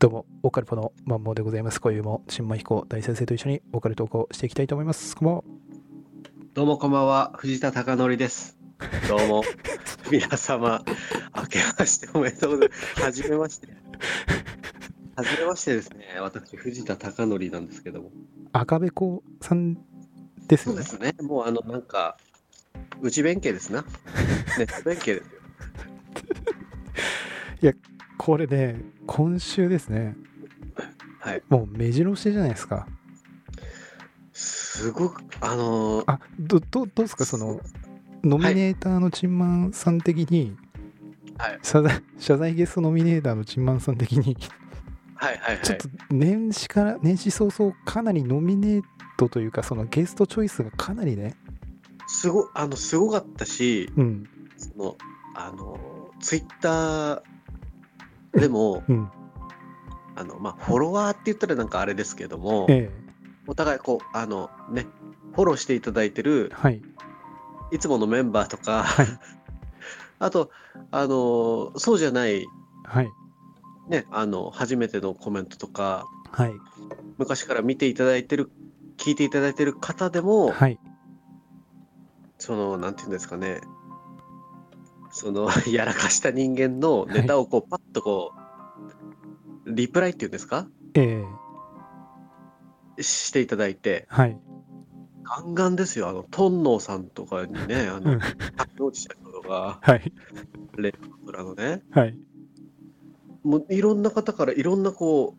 どうも、オカルポのマンモーでございます。今宵も新米彦大先生と一緒にオカルトークをしていきたいと思います。こんばんは。 どうもこんばんは、藤田貴則です。どうも、皆様、明けましておめでとうございます。はじめまして。はじめましてですね。私、藤田貴則なんですけども。 赤べこさんですよね。 そうですね。もうなんか、内弁慶ですな。ネット弁慶ですよ。 いや、これね、今週ですね、 はい。 もう目白押しじゃないですか。 すごく、 どうですか、その、ノはい。 ミネーターのチンマンさん的に、 はい。 謝罪ゲストノミネーターのチンマンさん的に、 はい。はい。はい。 ちょっと年始早々、かなりノミネートというか、そのゲストチョイスがかなりね、 すごかったし、 うん、 その、ツイッターでも、 うん、 フォロワーって言ったらなんかあれですけども、 ええ、 お互いフォローしていただいてるはい、 いつものメンバーとか、 はい、 あと、そうじゃない、 はい、 ね、初めてのコメントとか、 はい、 昔から見ていただいてる、聞いていただいてる方でも、 はい、 なんていうんですかね、やらかした人間のはい、 ネタをパッとリプライっていうんですかええ、 していただいて、 はい、 ガンガンですよ。トンノーさんとかにね、 うん、 竹内社長とか、 はい、 レッドラのね、 はい。 もういろんな方からいろんな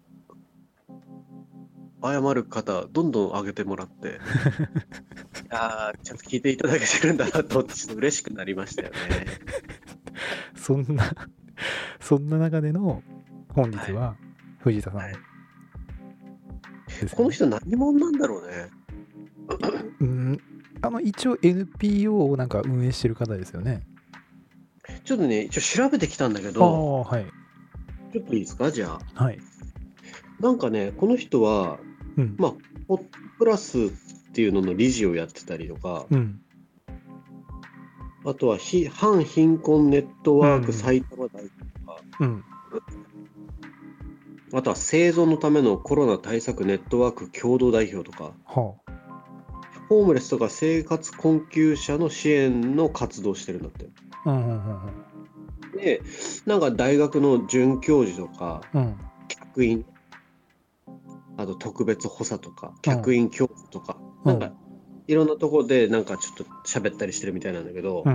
謝る方、どんどん上げてもらって、ちゃんと聞いていただけてるんだなと思って、ちょっと嬉しくなりましたよね。 そんな、そんな中での本はい。 日は藤田さんはい。 ですよね。 この人何者なんだろうね。 うん、一応 NPO をなんか運営してる方ですよね。 ちょっとね、一応調べてきたんだけど、 ああ、はい。 ちょっといいですか、じゃあ。 はい。 なんかね、この人は、 うん、 まあ、ホットプラスっていうのの理事をやってたりとか、 うん、 あとは反貧困ネットうん、うワークん、 埼玉大とか、 うん。 あとは生存のためのコロナ対策ネットワーク共同代表とか、 はホームレスとか生活困窮者の支援の活動してるんだって。 あ。うん、うん、 で、なんか大学の准教授とか、 うん、うん、 客員、あと特別補佐とか、 うん、 客員教授とか、なんかうん、 いろんなところでなんかちょっと喋ったりしてるみたいなんだけど、 うん、うん。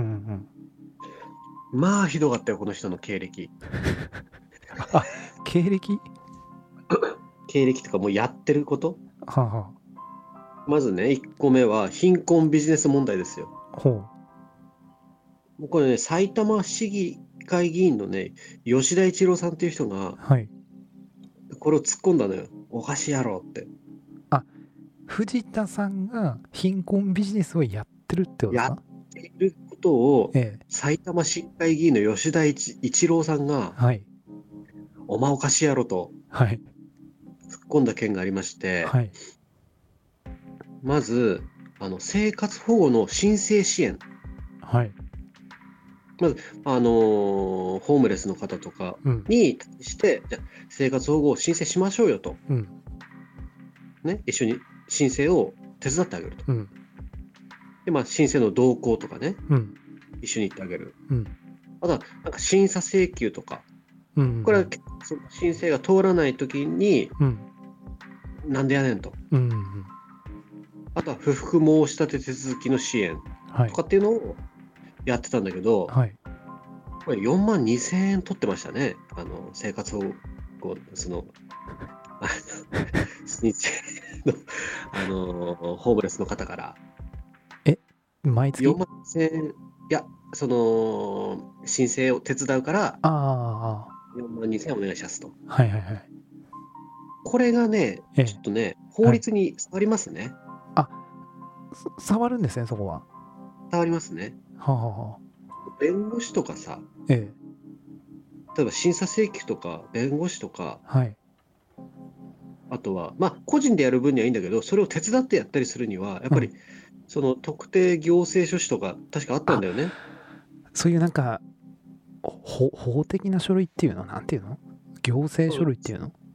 まあひどかったよ、この人の経歴。 あ、経歴経歴とかもうやってること。 はあ、はまずね、1個目は貧困ビジネス問題ですよ。 あ。ほもうこれね、埼玉市議会議員のね、吉田一郎さんっていう人が、 う。はい。 これを突っ込んだのよ。おかしいやろって。 あ、藤田さんが貧困ビジネスをやってるってことですやっか？ ていることを、 ええ。 埼玉市議会議員の吉田一郎さんが、 はい。 お前おかしいやろとはい。 突っ込んだ件がありまして、 はい。 まず、生活保護の申請支援。 はい。 まず、ホームレスの方とかうん。 に対して、じゃあ生活保護を申請しましょうよと。 うん。 ね、一緒に申請を手伝ってあげると。 うん。 で、まあ、申請の動向とかね、 うん。 一緒に行ってあげる。 うん。 あとは、なんか審査請求とか、 うん。 これはその申請が通らないときに、 うん。 なんでやねんと。 うん。 あとは、不服申し立て手続きの支援はい。 とかっていうのをやってたんだけど、 はい。 これ4万2千円取ってましたね。生活保護、あの申請の、ホームレスの方から。 え、毎月？ 4万2千円、いや、申請を手伝うからあ 4万2千円お願いしますと。 あ、はいはいはい。 これがね、 ええ。 ちょっとね、法はい。 律に触りますね。 あ、触るんですね、そこは。 触りますね。 はあ、はあはあ、 弁護士とかさ、 ええ。 例えば審査請求とか、弁護士とか、 はい。 あとは、まあ、個人でやる分にはいいんだけど、それを手伝ってやったりするには、やっうん。 ぱり、その特定行政書士とか、確かあったんあ、 だよね。 そういうなんか、法的な書類っていうのなんていうの？行政そう書類っていうの？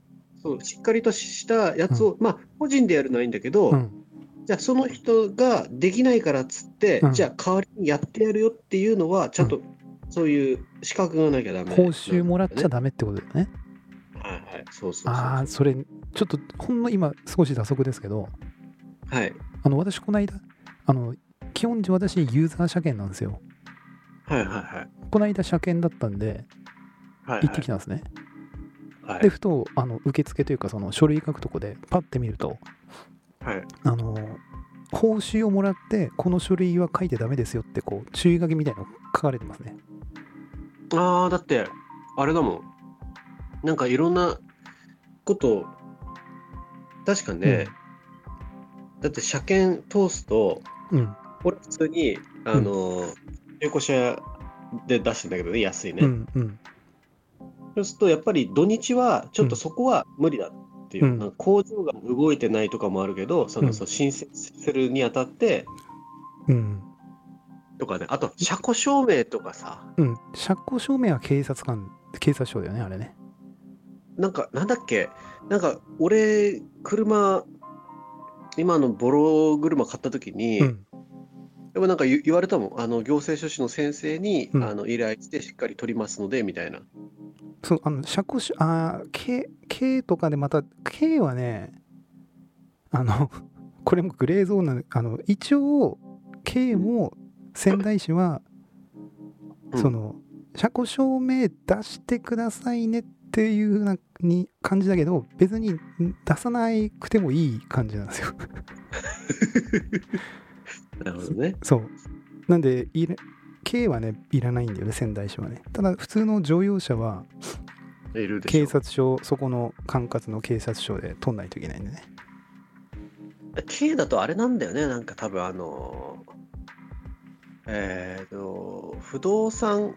そうしっかりとしたやつを、まあ個人でやるのはいいんだけど、 うんじゃあその人ができないからっつって、 うんじゃあ代わりにやってやるよっていうのはちゃんとそういう資格がなきゃダメ報酬もらっちゃね。 ダメってことだよね。 はいはい、そうそうそうああ、 そう。 それ、ちょっとほんの今、少し打足ですけど、 はい私、この間、基本、私、ユーザー車検なんですよ。 はいはいはいこの間、車検だったんで、行ってはいはいきたんですね。で、 はいふと、受付というか、その書類書くとこで、パッて見ると、 はい。 あの、報酬をもらって、この書類は書いてダメですよって、こう、注意書きみたいなの書かれてますね。 ああ、だってあれだもん。なんかいろんなこと確かね、だって車検通すと、 うん。 俺普通に中古車で出してんだけどね、安いね。 うんうんそうするとやっぱり土日はちょっとうんそこは無理だっていう、 うんなんか工場が動いてないとかもあるけど、そう申請するにあたってうんとかね、あと車庫証明とかさ、 うん。車庫証明は警察署だよね、あれね。 なんかなんだっけ、なんか俺今のボロ車買った時に、 うんでもなんか言われたもん。行政書士の先生に、 うん。 依頼してしっかり取りますので、みたいな。 そう、車庫証、K とかでまた、K はね、あの、これもグレーゾーンなの、一応、K も仙台市は、 うん。 その、車庫証明出してくださいねっていう感じだけど、別に出さなくてもいい感じなんですよ。 なるほどね。 そう。なんで、K はね、いらないんだよね、仙台市はね。ただ、普通の乗用車は、 いるでしょ。 警察署、そこの管辖の警察署で取んないといけないんでね。 K だとあれなんだよね。なんか多分不動産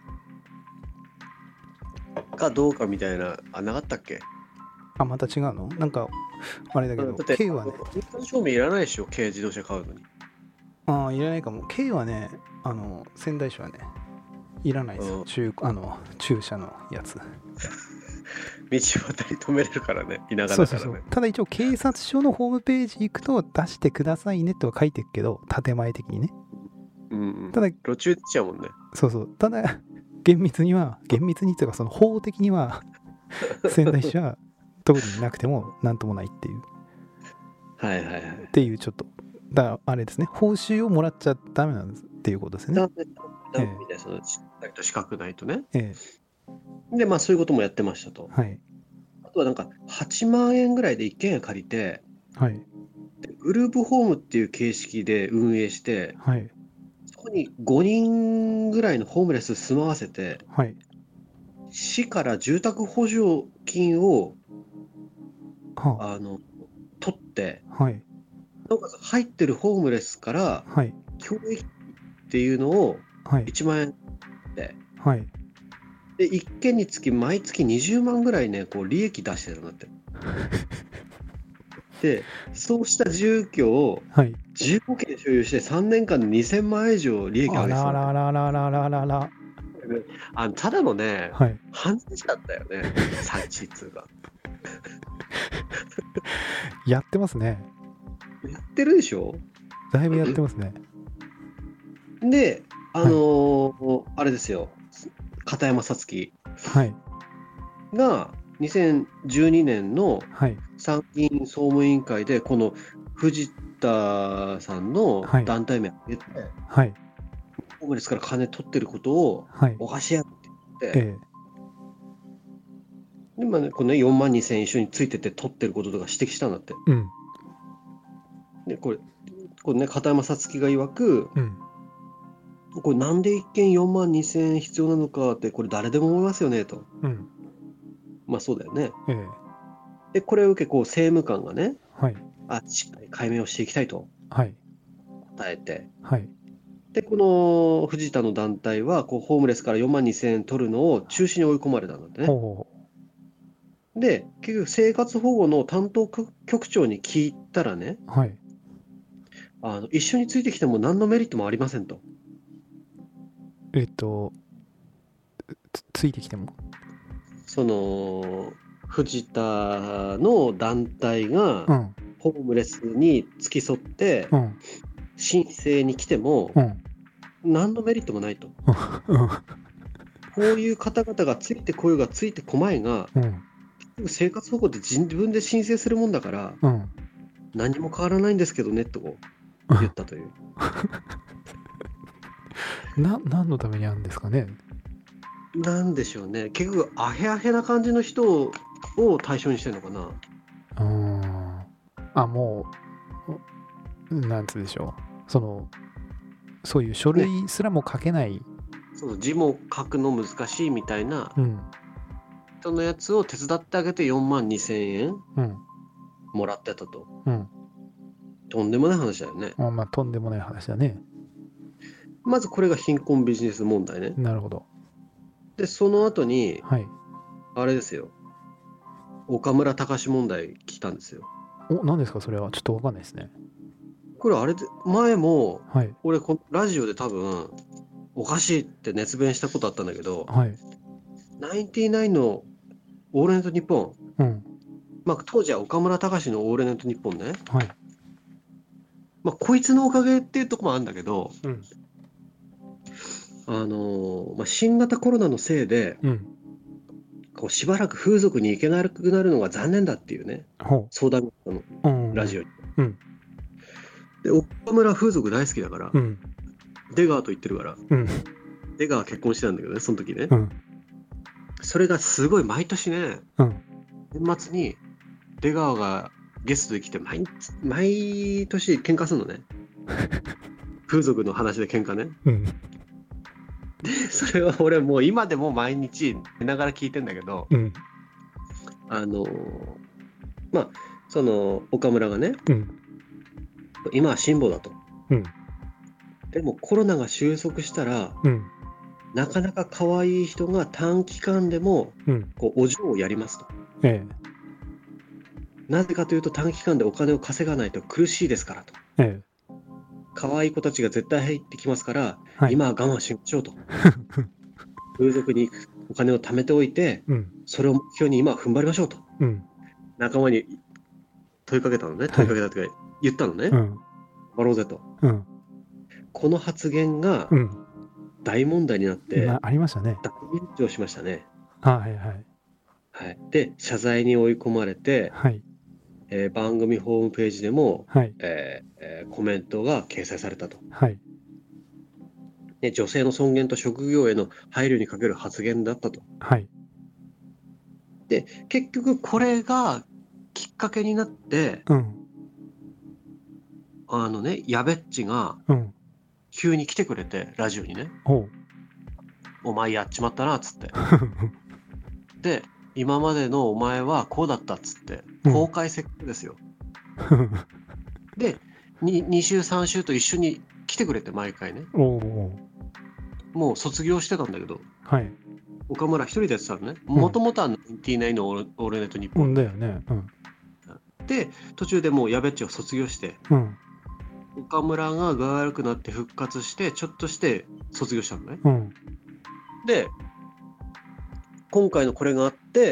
かどうかみたいな、なかったっけ？ あ、また違うのなんか、あれだけど、 だって、 K はね、 運転証明いらないでしょ。軽自動車買うのに。 いらないかも。K はね、仙台市はね、いらないですよ。 うん。 駐車のやつ。 道渡り止めれるからね。田舎そうそうそう。 だからね。 ただ一応、警察署のホームページ行くと、出してくださいねとは書いてるけど、建前的にね。 うんうん。 ただ、 路中出ちゃうもんね。 そうそう。ただ、厳密にというか、その法的には、仙台市は特になくてもなんともないっていう。 はいはいはい。 っていうちょっと、だからあれですね、報酬をもらっちゃダメなんですっていうことですね。 ダメ、ダメえみたいな、しっかりと資格ないとね。 え、 で、まあそういうこともやってましたと。 はい、 あとはなんか8万円ぐらいで一軒家借りて、 はい、 でグループホームっていう形式で運営して、 はい、 そこに5人ぐらいのホームレス住まわせて、 はい、 市から住宅補助金をはあの取って、 あ、はい、 なおかつ入ってるホームレスからはい、 教育っていうのをはい、 1万円で、 はい。 で、一軒につき毎月20万ぐらいね、こう利益出してるんだって。で、そうした住居をはい。 15軒所有して3年間で2000万円以上利益上あらげてたんだって。 ららららららら。 ただのね、 はい。 犯罪者だったよね、最地通が。 やってますね。 やってるでしょ？ だいぶやってますね。 で、 はい、 あれですよ、片山さつきはい、 が2012年のはい、 参議院総務委員会で、この藤田さんのはい、 団体名を挙げて、 はい、 ホームレスから金取ってることをはい、 おかしいやって言って、 え今ね、このね、4万2000円一緒についてて取ってることとか指摘したんだって。 うん、 で、これね、片山さつきが曰く、 うん、 これなんで一件4万2000円必要なのかって、これ誰でも思いますよね、と。 うん、 まあそうだよね。 ええ、 で、これを受け、こう、政務官がね、 はい、 しっかり解明をしていきたいとはい、 答えて、 はい、 で、この藤田の団体は、こう、ホームレスから4万2000円取るのを中止に追い込まれたんだってね。 ほで、結局、生活保護の担当局長に聞いたらね、 う、はい。 一緒についてきても何のメリットもありませんと。 ついてきても。 その、 藤田の団体がうんホームレスに付き添ってうん申請に来てもうん何のメリットもないと。 うんこういう方々がついてこようがついてこまいがうん生活保護って自分で申請するもんだからうん何も変わらないんですけどねとこう言ったという。 何のためにあるんですかね。 なんでしょうね。結局アヘアヘな感じの人を対象にしてるのかな。 もうなんつうでしょう、そういう書類すらも書けない、 そう字も書くの難しいみたいなうん人のやつを手伝ってあげて4万2千円うんもらってたと。 うんとんでもない話だよね。 まあとんでもない話だね。 まずこれが貧困ビジネス問題ね。 なるほど。 で、その後に、 はい。 あれですよ。岡村隆史問題来たんですよ。 何ですかそれは。ちょっとわかんないですね。 これあれで、前も、 はい俺このラジオで多分、おかしいって熱弁したことあったんだけど、 はいナインティナインのオールナイトニッポン、 うんまあ当時は岡村隆史のオールナイトニッポンね、 はいまあこいつのおかげっていうとこもあるんだけど、 うん新型コロナのせいで、 うんこうしばらく風俗に行けなくなるのが残念だっていうね、 ほ相談があったの、 うラジオに。 うんで、岡村風俗大好きだから、 うん出川と言ってるから、 うん出川結婚してたんだけどね、その時ね。 うんそれがすごい毎年ね、 うん年末に出川がゲストで来て毎年喧嘩するのね。風俗の話で喧嘩ね。 うんそれは俺もう今でも毎日寝ながら聞いてんだけど、 うんその岡村がね、 うん今は辛抱だと。 うんでもコロナが収束したら、 うんなかなか可愛い人が短期間でもうんこうお嬢をやりますと。 えなぜかというと短期間でお金を稼がないと苦しいですからと。 え可愛い子たちが絶対入ってきますから、 はい今は我慢しましょうと。風俗に行くお金を貯めておいて、 うんそれを目標に今は踏ん張りましょうと。 うん仲間に問いかけたのね。問いかけたとか言ったのね。 うん頑張ろうぜと。 うんこの発言がうん大問題になって、 ありましたね。 大炎上しましたね。 はいはいはい。で、謝罪に追い込まれて、 はい番組ホームページでも、 はいコメントが掲載されたと。 はいで、女性の尊厳と職業への配慮にかける発言だったと。 はいで、結局これがきっかけになって、 うんやべっちがうん急に来てくれて、ラジオにね、 おうお前やっちまったな、っつって。で、今までのお前はこうだったっつって、 うん公開説教ですよ。で、2週3週と一緒に来てくれて、毎回ね。 おうもう卒業してたんだけど、 はい岡村一人でやってたのね。 んもともとは99のオールナイトニッポンだよねうんで、途中でもうやべっちを卒業して、 うん岡村が具合悪くなって復活して、ちょっとして卒業したのね。 うんで、今回のこれがあって、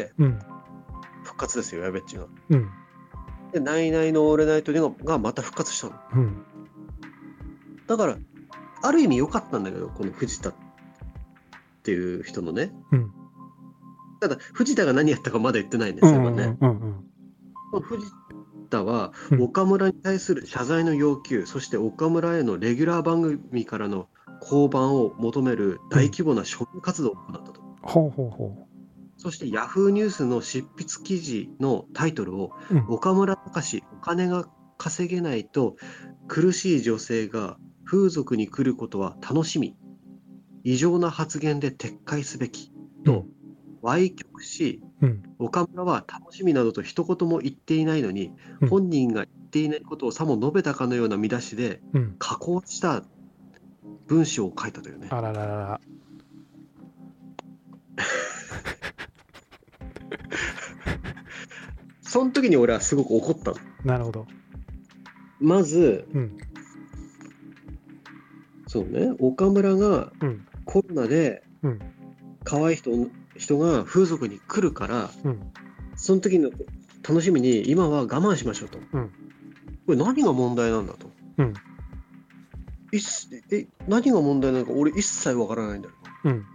うん復活ですよ、やべっちが。 うんで、ナイナイのオールナイトがまた復活したの。 うんだから、ある意味良かったんだけど、この藤田っていう人のね。 うんただ、藤田が何やったかまだ言ってないんでうすよんね。 うんうんこの藤田はうん岡村に対する謝罪の要求、そして岡村へのレギュラー番組からの降板を求める大規模な署名活動を行ったと。 ほうほうほそしてヤフーニュースの執筆記事のタイトルを、 ううん岡村隆史、お金が稼げないと苦しい女性が風俗に来ることは楽しみ、異常な発言で撤回すべきと歪曲し、 うん岡村は楽しみなどと一言も言っていないのに、 うん本人が言っていないことをさも述べたかのような見出しでうん加工した文章を書いたというね。 あららららその時に俺はすごく怒ったの。 なるほどまず、 うんそうね、岡村がうんコロナでうん可愛い人が風俗に来るから、 うんその時の楽しみに今は我慢しましょうと。 うんこれ何が問題なんだと。 うん何が問題なのか俺一切わからないんだよ。 うん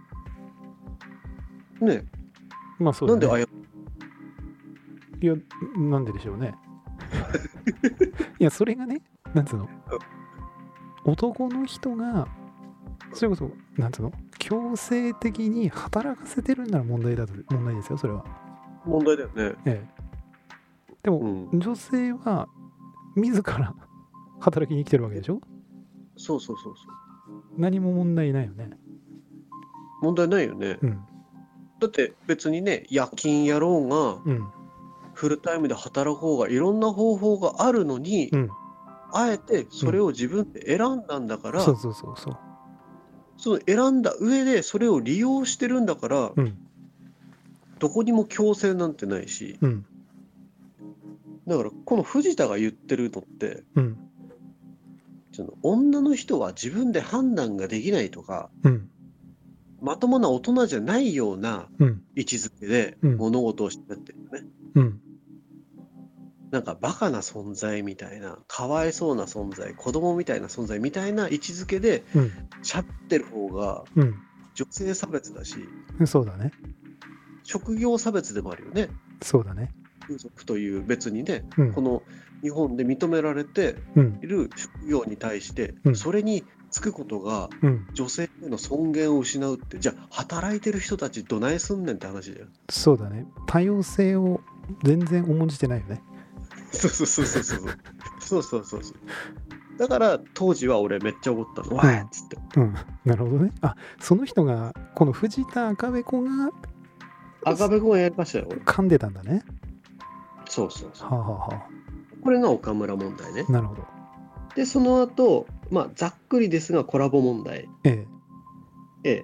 ねまあそうだね。 なんでいや、なんででしょうね。いや、それがね、なんつうの、男の人が、それこそ、なんつうの、強制的に働かせてるんなら問題ですよ、それは。 問題だよね。 ええ。でも、女性は、自ら働きに来てるわけでしょ。 そうそうそうそう。 何も問題ないよね。 問題ないよね。 うんだって別にね、夜勤やろうが、 うんフルタイムで働こうが、いろんな方法があるのに、 うんあえてそれを自分で選んだんだから、 そうそうそうそう。 その選んだ上でそれを利用してるんだから、 うんどこにも強制なんてないし、 うんだからこの藤田が言ってるのって、 うんその女の人は自分で判断ができないとか、 うんまともな大人じゃないようなうん位置づけでうん物事をしてってるよね。 うんなんかバカな存在みたいな、かわいそうな存在、子供みたいな存在みたいな位置づけでうん喋ってる方がうん女性差別だし、 そうだね。 職業差別でもあるよね。 そうだね。 風俗という別にね、 うんこの日本で認められてうんいる職業に対して、 うんそれに就くことがうん女性への尊厳を失うって、じゃあ働いてる人たちどないすんねんって話だよ。 そうだね。多様性を全然重んじてないよね。 そうそうそうそうそう。そうそうそうそう。だから当時は俺めっちゃ怒ったの。わーっつって。 うんなるほどね。あ、その人がこの藤田赤べこが赤べこがやりましたよ、俺。 噛んでたんだね。 そうそうそう。 はあ、はあはこれが岡村問題ねあ、。なるほど。 で、その後、まあ、ざっくりですがコラボ問題。 ええ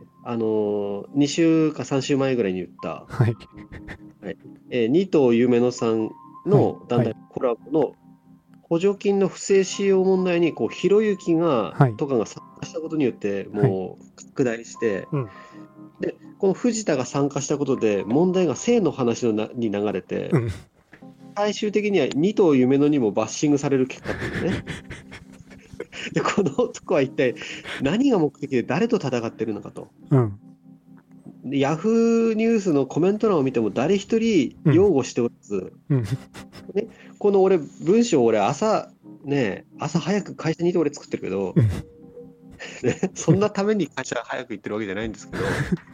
2週か3週前ぐらいに言った、 はい二藤夢乃さんの団はい体コラボの補助金の不正使用問題にこうひろゆきが、 はいとかが参加したことによってもう拡大して、 うんでこの藤田が参加したことで問題が性の話に流れて、 うん最終的には二藤夢乃にもバッシングされる結果っていうね。でこの男は一体何が目的で誰と戦ってるのかと。 うんでヤフーニュースのコメント欄を見ても誰一人擁護しておらず、 うんこの俺文章俺朝早く会社にいて俺作ってるけど、 うんね、そんなために会社早く行ってるわけじゃないんですけど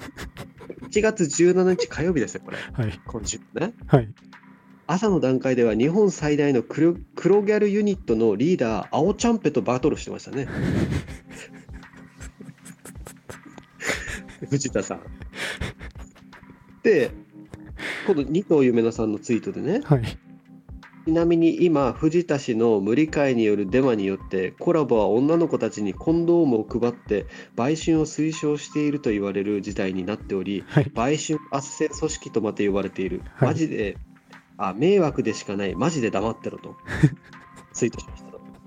1月17日火曜日ですよこれ、 はい今週ね。 はい朝の段階では日本最大の黒ギャルユニットのリーダー青ちゃんぺとバトルしてましたね藤田さんで今度二藤夢乃さんのツイートでね、 はいちなみに今藤田氏の無理解によるデマによってコラボは女の子たちにコンドームを配って売春を推奨していると言われる事態になっており、 はい売春斡旋組織とまで呼ばれている。 はいマジで迷惑でしかない。マジで黙ってろとツイートしま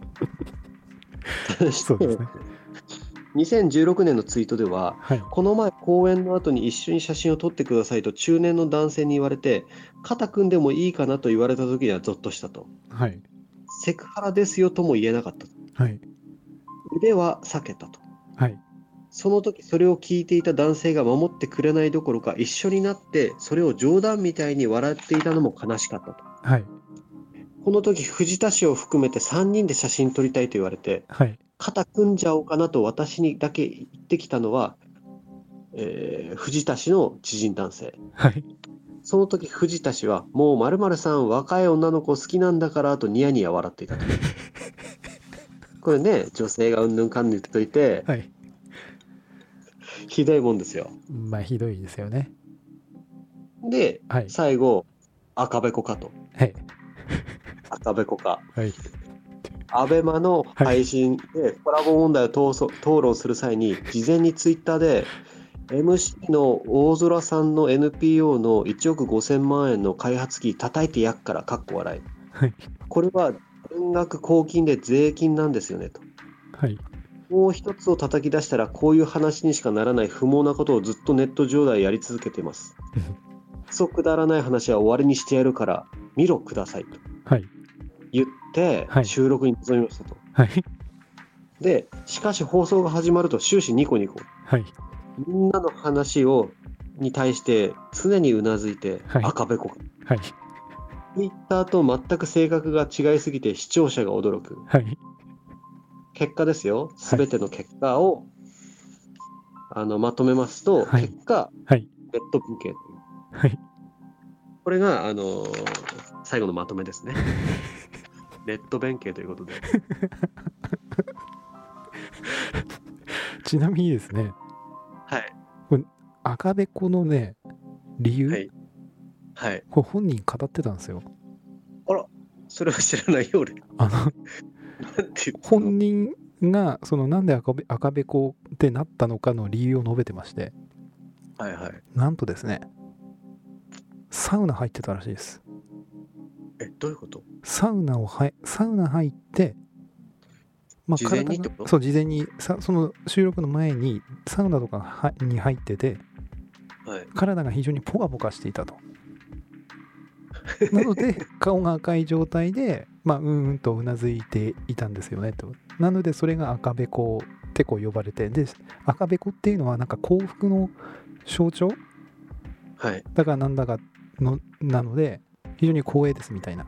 したそうですね。 2016年のツイートでは、 はいこの前公演の後に一緒に写真を撮ってくださいと中年の男性に言われて、肩組んでもいいかなと言われた時にはゾッとしたと。 はいセクハラですよとも言えなかったと。 はい腕は避けたと。 はいその時それを聞いていた男性が守ってくれないどころか一緒になってそれを冗談みたいに笑っていたのも悲しかったと。 はいこの時藤田氏を含めて3人で写真撮りたいと言われて、 はい肩組んじゃおうかなと私にだけ言ってきたのは、藤田氏の知人男性。 はいその時藤田氏はもう〇〇さん若い女の子好きなんだからとニヤニヤ笑っていたと。これね、女性がうんぬんかんぬん言ってといてはいひどいもんですよ。 まあひどいですよね。 で、 はい最後赤べこかと。 はい赤べこか。 はいアベマの配信でコラボ問題を討論する際に事前にツイッターで MC の大空さんの NPO の1億5000万円の開発費叩いてやっからかっこ笑い。 はいこれは全額公金で税金なんですよねと。 はいもう一つを叩き出したらこういう話にしかならない不毛なことをずっとネット上ではやり続けています。 そくだらない話は終わりにしてやるから見ろくださいとはい言ってはい収録に臨みましたと。 はいで、しかし放送が始まると終始ニコニコ。 はいみんなの話に対して常にうなずいてはい赤べこ。 はいツイッターと全く性格が違いすぎて視聴者が驚く。 はい結果ですよ。すべての結果を、まとめますと、 はい結果、 はいレッド文系という。 はいこれが、最後のまとめですね。レッド弁慶ということで。 ちなみにですね、 はい。 赤べこのね理由、 はい。はい。 これ本人語ってたんですよ。 あら、それは知らないよ、俺。 あのなんて言ってたの本人がそのなんで赤べこってなったのかの理由を述べてまして、 はいはい。 なんとですね、サウナ入ってたらしいです。 どういうことサウナ入って、まあ、 事前にってことそう事前にその収録の前にサウナとかに入ってて、 はい。 体が非常にポカポカしていたと。なので顔が赤い状態で、まあ、とうなずいていたんですよねと。なのでそれが赤べこってこう呼ばれて、で赤べこっていうのはなんか幸福の象徴はい。 だからなんだかなので非常に光栄ですみたいな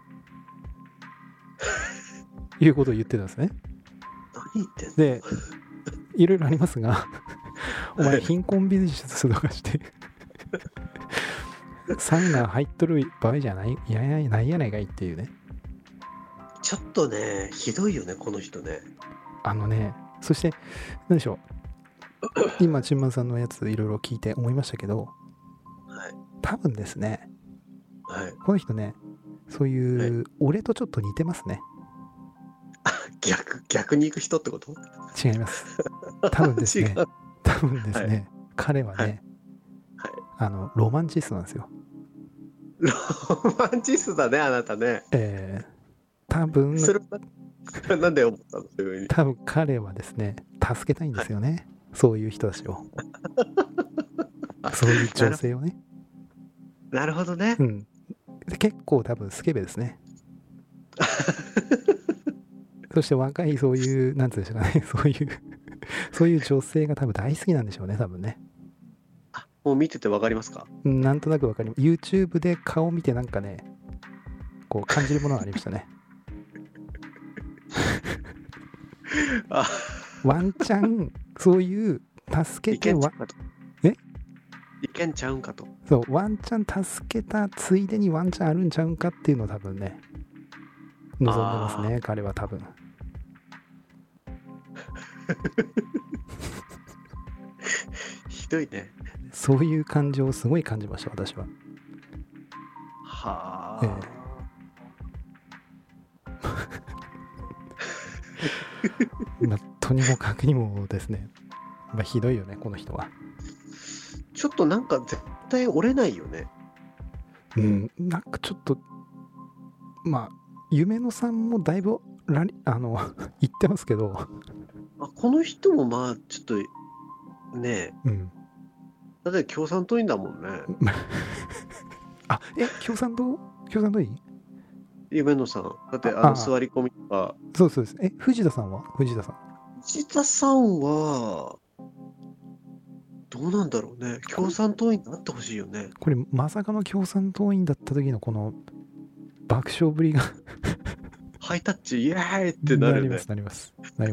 いうことを言ってたんですね。 何言ってんのでいろいろありますがお前貧困ビジネスとかしてサウナ入っとる場合じゃないないやないかいっていうね。 ちょっとね、ひどいよね、この人ね。 そして何でしょう、今チンマンさんのやついろいろ聞いて思いましたけど、 はい。 多分ですね、 はい。 この人ね、そういう俺とちょっと似てますね。 逆に行く人ってこと違います。多分ですね違う。 多分ですね、彼はね、 はいロマンチストなんですよ。 ロマンチストだね、あなたね。 多分それはなんで思ったのそういうふうに。 多分彼はですね、助けたいんですよね、そういう人たちを。そういう女性をね。 なるほどね。 で結構多分スケベですね。そして若いそういうなんつうんでしょうかね、そういう女性が多分大好きなんでしょうね、多分ね。 もう見ててわかりますかなんとなくわかります。YouTube で顔見てなんかね、こう感じるものがありましたね。 あワンチャンそういう助けていけんちゃうかと。 えいけんちゃうんかと。 そうワンチャン助けたついでにワンチャンあるんちゃうんかっていうのを多分ね望んでますね、彼は多分。 ひどいね。 そういう感情をすごい感じました、私は。 はえあ。 とにもかくにもですね、ひどいよね、この人は。 ちょっとなんか絶対折れないよね。 なんかちょっと、夢野さんもだいぶ言ってますけど、 この人もまあちょっとねだって共産党員だもんね。 共産党いい夢野さん。だって座り込みとか。 そうです。藤田さんは藤田さんはどうなんだろうね。共産党員になってほしいよね。 これまさかの共産党員だった時のこの爆笑ぶりがハイタッチイエーイってなるよね。 なります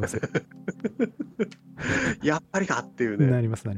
やっぱりかっていうね。 なります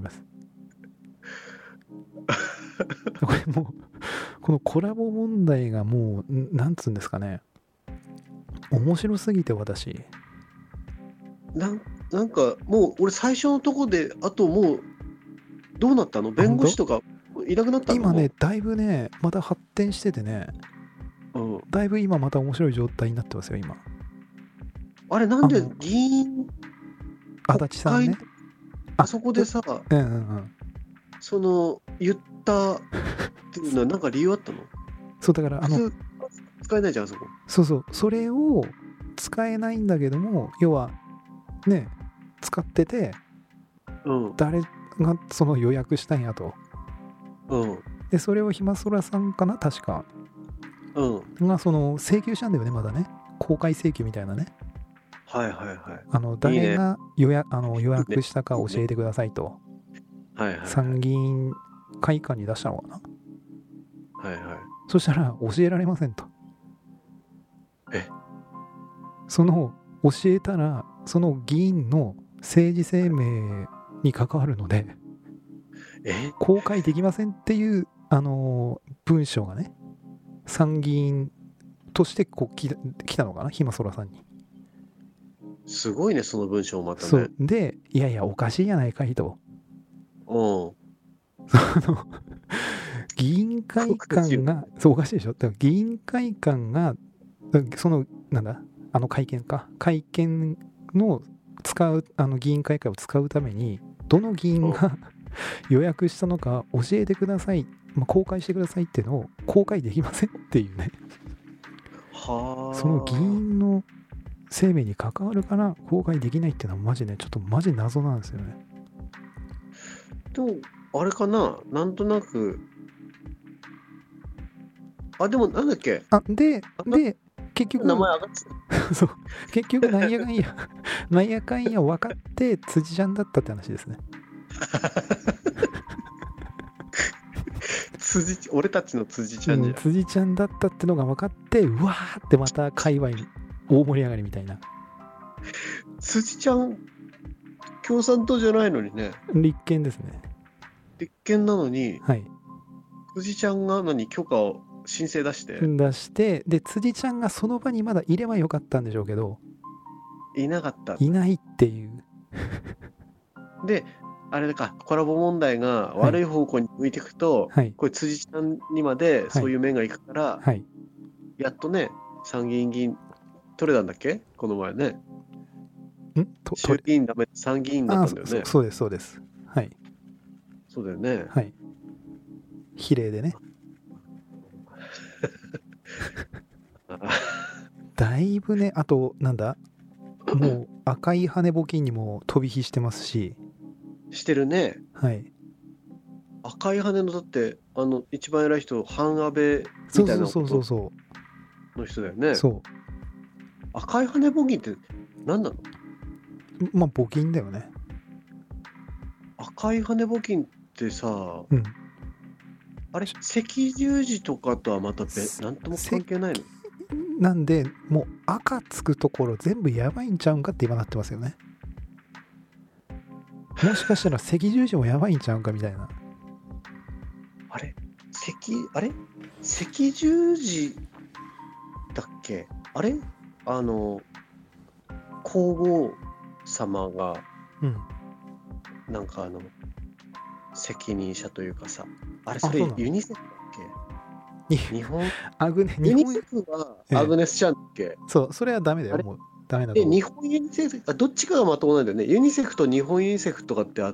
これもうこのコラボ問題がもうなんつうんですかね、面白すぎて私なんかもう俺最初のとこであともうどうなったの？弁護士とかいなくなったの？ 今ねだいぶねまた発展しててね、だいぶ今また面白い状態になってますよ今。 あれなんで議員足立さんね、 あそこでさ、その言ったっていうのはなんか理由あったの？ そうだから普通使えないじゃんあそこ。 それを使えないんだけども、要はね使ってて、誰がその予約したんやと、 でそれをひまそらさんかな確かうん。 がその請求したんだよね、まだね。公開請求みたいなね。 はいはいはい。いいね。 誰が予約したか教えてくださいと。 はいはいはい。 参議院会館に出したのかな。 はいはい。 そしたら教えられませんと。 えその教えたらその議員の政治生命に関わるのでえ公開できませんっていう文章がね、参議院としてこう来たのかな、ひまそらさんに。 すごいね、その文章またねそう。で、いやいやおかしいやないかいと。 うん。 議員会館が、そうおかしいでしょ。だから議員会館が、その、なんだ、会見の使う、議員会館を使うために、どの議員が予約したのか教えてください、公開してくださいっていうのを公開できませんっていうね。 はあ。 その議員の生命に関わるから公開できないっていうのはマジね、ちょっとマジ謎なんですよね。 でも、あれかな、なんとなく、でもなんだっけ、 で、結局、 名前上がってた。 そう、結局なんやかんや、なんやかんや分かって辻ちゃんだったって話ですね。 俺たちの辻ちゃんじゃん。 辻ちゃんだったってのが分かって、うわーってまた界隈大盛り上がりみたいな。 辻ちゃん、共産党じゃないのにね。 立憲ですね。 立憲なのに、 はい。 辻ちゃんが許可を申請出して、 で、辻ちゃんがその場にまだいればよかったんでしょうけど、 いなかった。 いないっていう。 で、あれだか、コラボ問題が悪い方向に向いていくと、 はい。 これ辻ちゃんにまでそういう面がいくから、 はい。 やっとね、参議院議員取れたんだっけこの前ね。衆議院ダメ、参議院だったんだよね。 そうです、そうです。はい。 そうだよね。 はい。比例でね。だいぶね、あと、なんだ、もう赤い羽募金にも飛び火してますし。 してるね。 はい。 赤い羽の、だって、一番偉い人、半安倍みたいなことの人だよね。 そう。 赤い羽募金って何なの？ まあ、募金だよね。 赤い羽募金ってさ、 うん。 あれ、赤十字とかとはまたなんとも関係ないの？ なんで、もう赤つくところ全部やばいんちゃうんかって今なってますよね。もしかしたら赤十字もやばいんちゃうんかみたいな。 あれ赤十字だっけ？あれ皇后様が、なんか責任者というかさ、あれそれユニセフだっけ？日本ユニセフはアグネスちゃんだっけ？ そう、それはダメだよ。もうダメだと。 日本ユニセフ、どっちかがまともなんだよね。ユニセフと日本ユニセフとかってあって、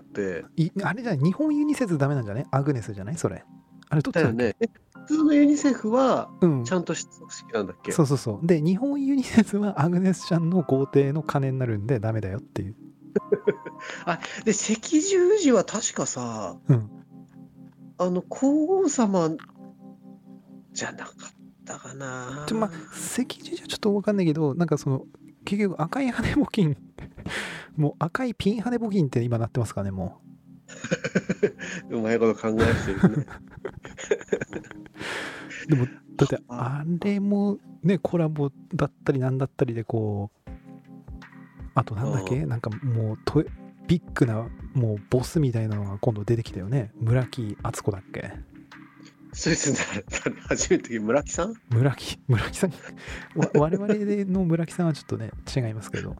あれじゃない、日本ユニセフダメなんじゃない？アグネスじゃないそれ。あれどっちだっけ？ だよね。普通のユニセフはちゃんとした組織なんだっけ？ そうそうそう。で、日本ユニセフはアグネスちゃんの豪邸の金になるんでダメだよっていう。 で、赤十字は確かさ、皇后様じゃなかったかな。 赤十字はちょっと分かんないけど、なんかその、結局赤い羽募金、もう赤いピン羽募金って今なってますかね、もう。うまいこと考えてるね。 でも、だってあれもね、コラボだったりなんだったりでこう、あとなんだっけ、なんかもうビッグなもうボスみたいなのが今度出てきたよね。村木敦子だっけ？ そうですね。初めて村木さん？ 村木さん我々の村木さんはちょっとね違いますけど。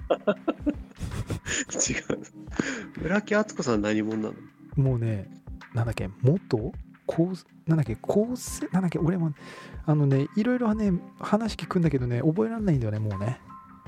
違う。村木敦子さん何者なの？ もうね、なんだっけ、なんだっけ、俺もいろいろね話聞くんだけどね、覚えられないんだよね、もうね。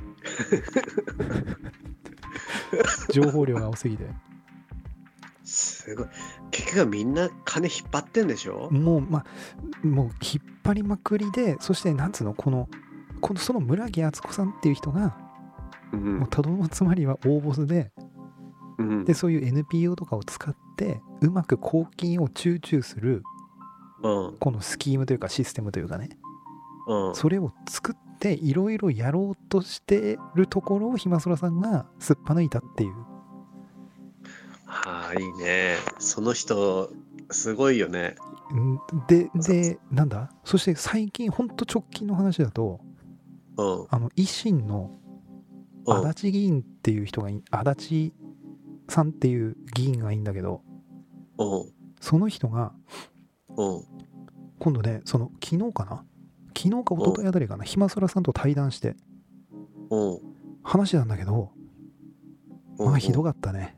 情報量が多すぎて。 すごい。結局はみんな金引っ張ってんでしょ？ もう引っ張りまくりで、そしてなんつうの、その村木敦子さんっていう人が、もうたどのつまりは大ボスで、でそういう NPO とかを使ってうまく公金を集中するうん。 このスキームというかシステムというかね、 うん。 それを作っていろいろやろうとしてるところをひまそらさんがすっぱ抜いたっていう。 はあ、いいね。その人、すごいよね。 で、なんだ、そして最近、ほんと直近の話だと、 うん。 維新のうん。 足立議員っていう人が足立さんっていう議員がいいんだけど、 うん。 その人が、 うん。 今度ね、昨日かな昨日か一うん。 昨日あたりかな、ひまそらさんと対談してうん。 話したんだけど、 うん。 まあひどうん。 かったね。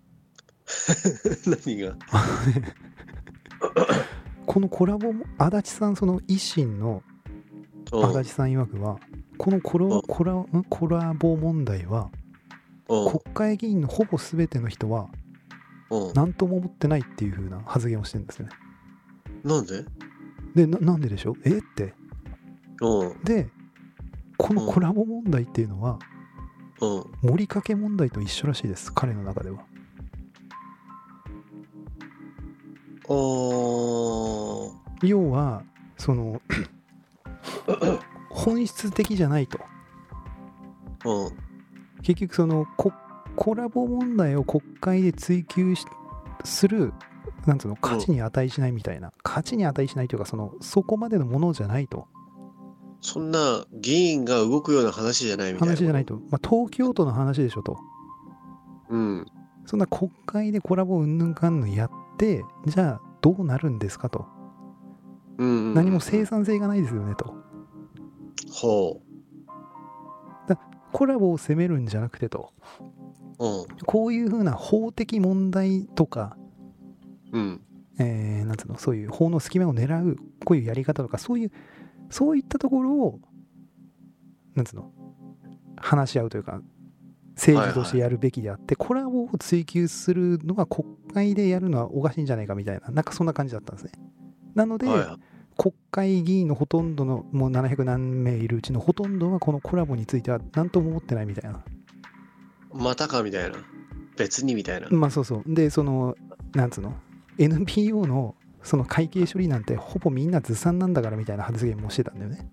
何が？ このコラボも、足立さん、その維新のうん。 足立さん曰くは、このうん。 コラボ問題は、 うん。 国会議員のほぼ全ての人はうん。 何とも思ってないっていう風な発言をしてるんですよね。 なんで？ で、なんででしょうって。 うん。 で、このうん。 コラボ問題っていうのは、 うん。 盛りかけ問題と一緒らしいです、彼の中では。 おー。 要は、本質的じゃないと。 うん。 結局、コラボ問題を国会で追及する、なんつうの、価うん。 値に値しないみたいな、価値に値しないというか、そこまでのものじゃないと。 そんな議員が動くような話じゃないみたいなこと？ 話じゃないと。まあ、東京都の話でしょと。 うん。 そんな国会でコラボうんぬんかんぬんやって、じゃあどうなるんですかと。 うんうん何もうんうん。 生産性がないですよねと。 ほコラボを責めるんじゃなくてと。 う。うん。 こういうふうな法的問題とか、 うん。 なんつうの、そういう法の隙間を狙う、こういうやり方とか、そういったところを、なんつうの、話し合うというか、政治としてはいはい。 やるべきであって、コラボを追求するのは国会でやるのはおかしいんじゃないかみたいな、なんかそんな感じだったんですね。なので、 はいはい。 国会議員のほとんどの、もう700何名いるうちのほとんどは、このコラボについては何とも思ってないみたいな。 またかみたいな。別にみたいな。 まあそうそう。で、なんつうの、NPO のその会計処理なんてほぼみんなずさんなんだからみたいな発言もしてたんだよね。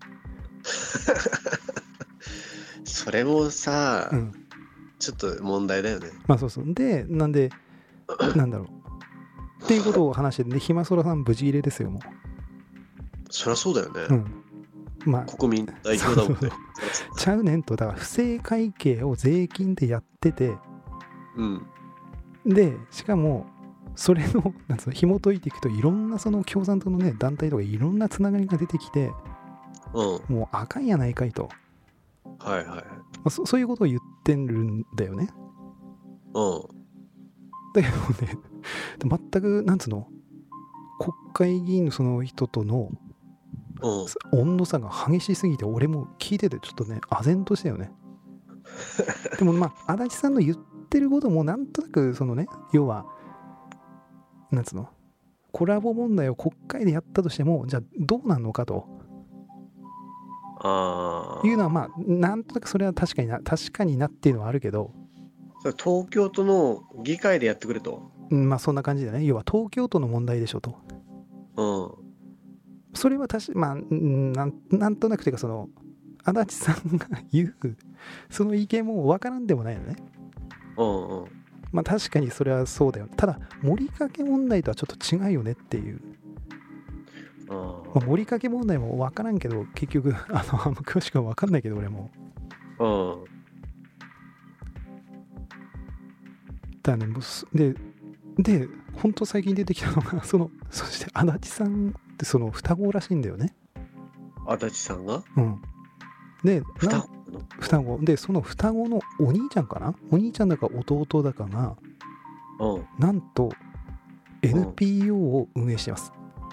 それもさ、 うん。 ちょっと問題だよね。 まあそうそう。で、なんだろう。っていうことを話してて、で、ひまそらさん無事入れですよ、もそりゃそうだよね。 う。うん。まあ、 国民代そうそうそう。 表だもんね。そりゃそうだ。 ちゃうねんと、だから不正会計を税金でやってて、 うん。 で、しかも、それの、なんつうの、紐解いていくと、いろんなその共産党のね、団体とかいろんなつながりが出てきて、 うん。 もうあかんやないかいと。 はいはいはい。 そういうことを言ってるんだよね。 うだけどね、全く、なんつうの、国会議員のその人とのん。うん。 温度差が激しすぎて、俺も聞いててちょっとね、唖然としたよね。でもまあ、足立さんの言ってることもなんとなく、要は、なんつうの、コラボ問題を国会でやったとしても、じゃあどうなんのかというのは、 ああ。 まあ、なんとなくそれは確かになっていうのはあるけど、 それ東京都の議会でやってくれと。 まあそんな感じだね。要は東京都の問題でしょと。 うん。 それはまあ、なんとなくというか、足立さんが言う、その意見もわからんでもないよね。 うんうん。 まあ確かにそれはそうだよ。ただ、盛りかけ問題とはちょっと違うよねっていう。まあ、盛りかけ問題もわからんけど、結局、あんま詳しくはわかんないけど、俺も。 うん。 だね、で、本当最近出てきたのが、そして足立さんって双子らしいんだよね。 足立さんがうん。で、 双子の？ 双子。で、その双子のお兄ちゃんかな、お兄ちゃんだか弟だかが、 うん。 なんと NPO を運営してます。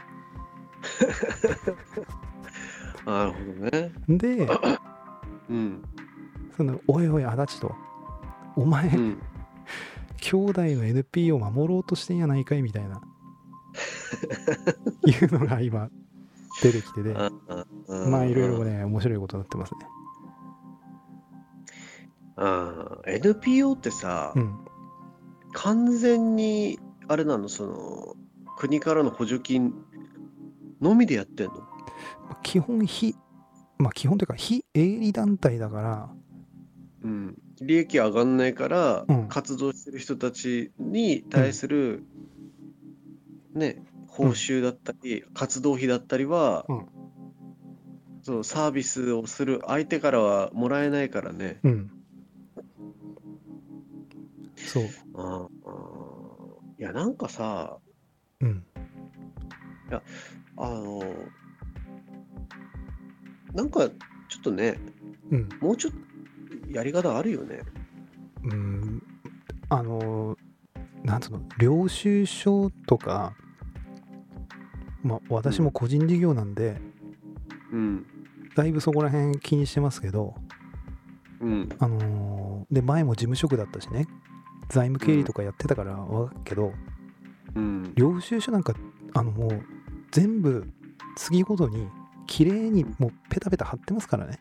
なるほどね。 で、 うん。 おいおい、足立と、お前、 うん。 兄弟の NPO を守ろうとしてんやないかいみたいな、いうのが今、出てきてで、まあ、いろいろね、面白いことになってますね。 NPO ってさ、 うん。 完全に、あれなの、国からの補助金のみでやってんの？ 基本基本というか非営利団体だから、 うん。利益上がんないから、 うん、 活動してる人たちに対うん、 するね、報うん、 酬だったり、活動費だったりは、 うん、 そう、サービスをする相手からはもらえないからね。 うん、そいや、なんかさ、 う、うん、 いや、あの、なんか、ちょっとね、 うん、 もうちょっとやり方あるよね。 うん、あのなんつうの、領収書とか、私もうん、 個人事業なんで、 うん、 だいぶそこら辺気にしてますけど、 うん、 で、前も事務職だったしね、財務うん、 経理とかやってたからわかるけど、 うん。 領収書なんか、もう、全部、月ごとに、綺麗にもうペタペタ貼ってますからね。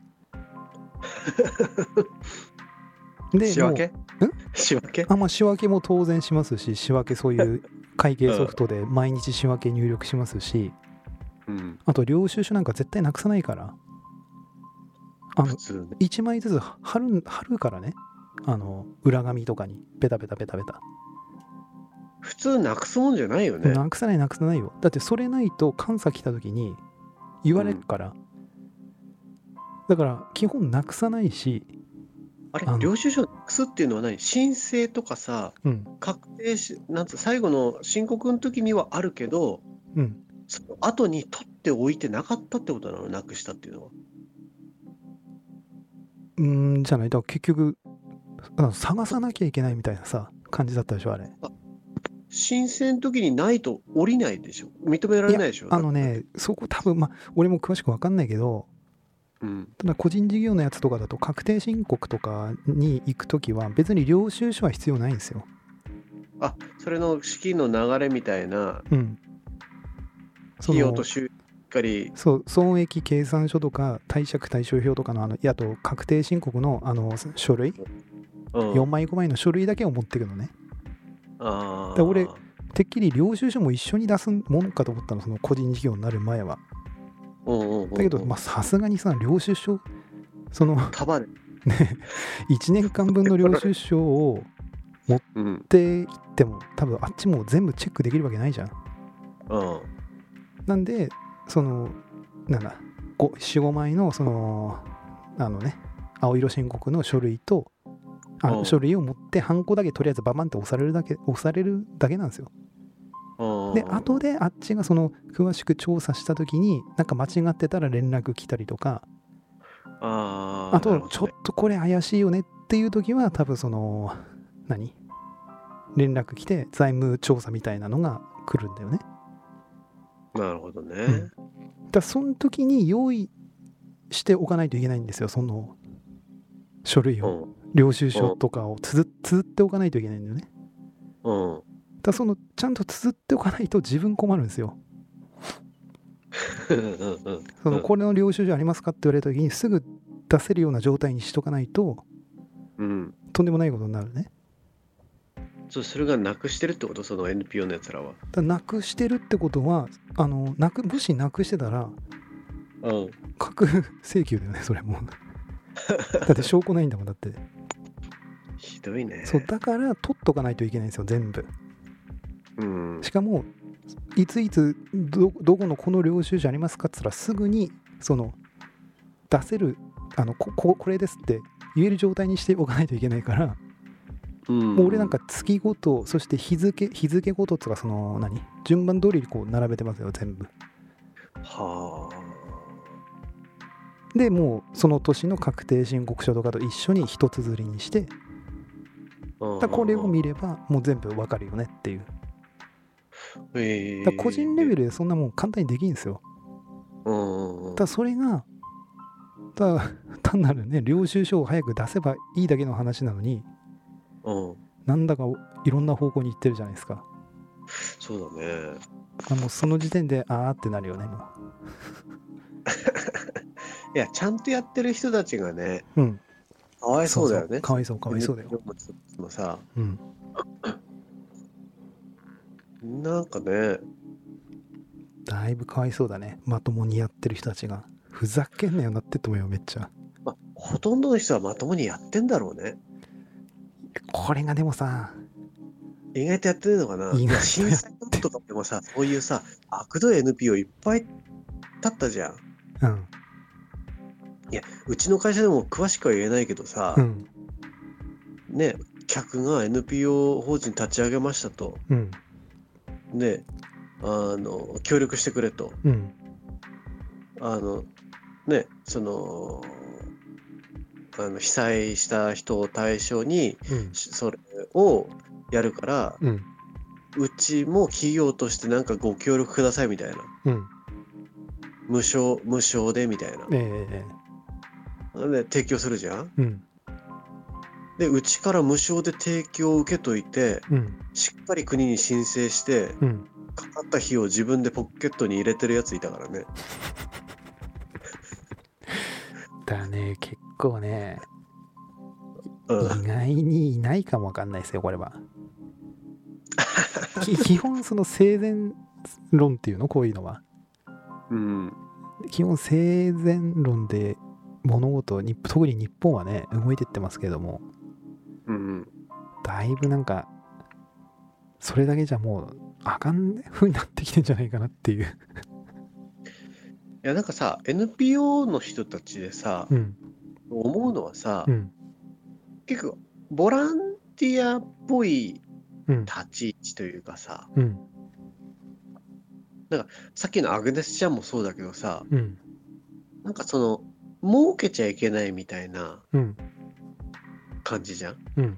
で、も仕分けう、 仕分け仕分けも当然しますし、仕分けそういう会計うん、 ソフトで毎日仕分け入力しますし、 うん。 あと領収書なんか絶対なくさないから、 普通ね。 1枚ずつ貼るからね。裏紙とかに、ペタペタペタペタ。 普通なくすもんじゃないよね。 なくさないなくさないよ。だってそれないと監査来た時に言われるうん。 から。だから基本なくさないし、 あれ、 あの、 領収書なくすっていうのは何？申請とかさ、 うん、 確定し、なんつう、最後の申告の時にはあるけど、 うん、 その後に取っておいてなかったってことなの？なくしたっていうのは。 じゃない。だから結局、探さなきゃいけないみたいなさ、感じだったでしょ、あれ。 あ、申請の時にないと降りないでしょ？認めらいや、 れないでしょ？なくなって。 そこ多分、俺も詳しくわかんないけど、 うん。 ただ個人事業のやつとかだと確定申告とかに行くときは別に領収書は必要ないんですよ。 あ、それの資金の流れみたいな、 うん。そ費用との、 収益しっかり、 そう、損益計算書とか貸借対照表とかのあと確定申告の書類、4 うん。 枚5枚の書類だけを持ってくのね。で、俺、 ああ、 てっきり領収書も一緒に出すもんかと思ったの、その個人事業になる前は。 うんうんうだけど、 んうん。 さすがにさ、領収書、その束で。 ね、1年間分の領収書を持っうん。 ていっても、多分あっちも全部チェックできるわけないじゃん。 うん。 なんで、その、なんだ、4、5枚の、青色申告の書類と、書類を持って、ハンコだけとりあえずババンって押されるだけなんですよ。 うん。 で、後であっちが詳しく調査したときに、なんか間違ってたら連絡来たりとか、 ああ、なるあと、ちょっほどね。 とこれ怪しいよねっていうときは、多分何連絡来て、財務調査みたいなのが来るんだよね。 なるほどうん。 ね。 その時に用意しておかないといけないんですよ、その書類を。 うん。 領収書うん。 とかを綴っておかないといけないんだよね。 うん。 ちゃんと綴っておかないと自分困るんですよ。 うんうんうん。 これの領収書ありますかって言われた時にすぐ出せるような状態にしとかないと、 うん。 とんでもないことになるね。 それがなくしてるってこと？その NPO のやつらは。 なくしてるってことは、もしなくしてたら、 うん。 架空請求だよね、それも。だって証拠ないんだもん、だって。 ひどいね。 そう、だから取っとかないといけないんですよ、全部。 うん。 しかも、いついつどこのこの領収書ありますかって言ったらすぐに出せるこれですって言える状態にしておかないといけないから、 うん。 もう俺なんか月ごと、そして日付ごとっていうか順番通りにこう並べてますよ全部。 はでもうその年の確定申告書とかと一緒に一綴りにして、 あ。うんこれをうんうん。 見ればもう全部わかるよねっていう。個人レええ。 ベルでそんなもん簡単にできるんですよ。 うんうんうん。 それが単なるね、領収書を早く出せばいいだけの話なのに、 うん。 なんだかいろんな方向に行ってるじゃないですか。 そうだね。 もうその時点で、あーってなるよね、もいや、ちゃんとやってる人たちがね、 う。うん。 かわいそうそう。 そうだよね。 かわいそう、かわいそうだよ。 NPO の人たちもさ、 うん。 なんかね、 だいぶかわいそうだね。まともにやってる人たちが。ふざけんなよなってと思うよ、めっちゃ。 まあ、ほとんどの人はまともにやってんだろうね。 これがでもさ、 意外とやってるのかな。 意外とやって震災とかでもさ、そういうさ、悪どい NPO いっぱい立ったじゃん。 うん。 いや、うちの会社でも詳しくは言えないけどさ、 うん。 ね、客が NPO 法人立ち上げましたと。 うん。 で、協力してくれと。 うん。 ね、被災した人を対象に、 うん。 それをやるから、 うん。 うちも企業としてなんかご協力くださいみたいな。 うん。 無償でみたいな。 えで、提供するじゃん。 うん。 で、うちから無償で提供を受けといて、 うん。 しっかり国に申請して、 うん。 かかった費用を自分でポケットに入れてるやついたからね。 だね、結構ね、 うん。 意外にいないかもわかんないですよ、これは。基本その生前論っていうの、こういうのは。 うん。 基本生前論で物事に、特に日本はね、動いてってますけども、 うん。 だいぶなんか、それだけじゃもう、あかん風になってきてんじゃないかなっていう。 いや、なんかさ、NPO の人たちでさ、 うん。 思うのはさう、ん。 結構、ボランティアっぽいうん。 立ち位置というかさ、 うん。 さっきのアグネスちゃんもそうだけどさ、 うん。 なんか儲けちゃいけないみたいなうん。 感じじゃん。 うん。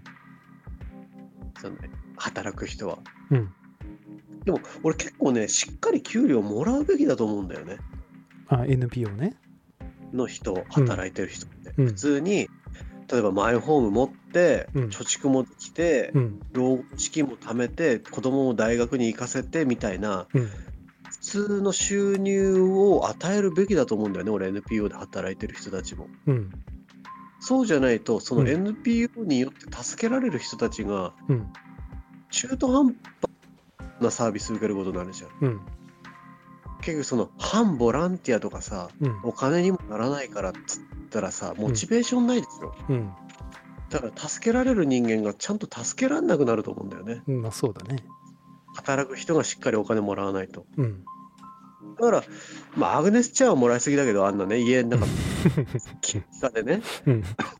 働く人は。 うん。 でも、俺結構ね、しっかり給料もらうべきだと思うんだよね。 あ、NPO ね。 の人、働いてる人って。 うん普通に、例えばマイホーム持って、 うん貯蓄もできて、 うん。 老後資金も貯めて、子供も大学に行かせてみたいな、 うん。 普通の収入を与えるべきだと思うんだよね、俺 NPO で働いてる人たちも。 うん。 そうじゃないと、そのうん NPO によって助けられる人たちが、 うん。 中途半端なサービス受けることになるじゃん。 うん。 結局反ボランティアとかさ、 うん。 お金にもならないからっつったらさ、モチベーションないでしょ。 うん。 だから助けられる人間がちゃんと助けられなくなると思うんだよね。 まあそうだね。 働く人がしっかりお金もらわないと。 うん。 だから、まあ、アグネスチャーはもらいすぎだけど、あんなね、家の中、金貨でね、 うん。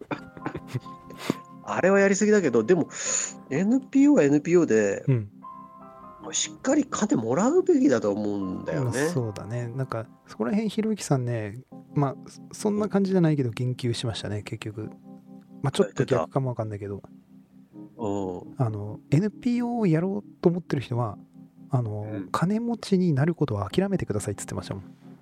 あれはやりすぎだけど、でも、NPO は NPO で、 うん。 しっかり金もらうべきだと思うんだよまあね。 そうだね。なんか、そこら辺、ひろゆきさんね、まあ、そんな感じじゃないけど、言及しましたね、結局。まあ、ちょっと逆かもわかんないけど、NPO をやろうと思ってる人は、 ん金持ちになることは諦めてくださいって言ってましたもん。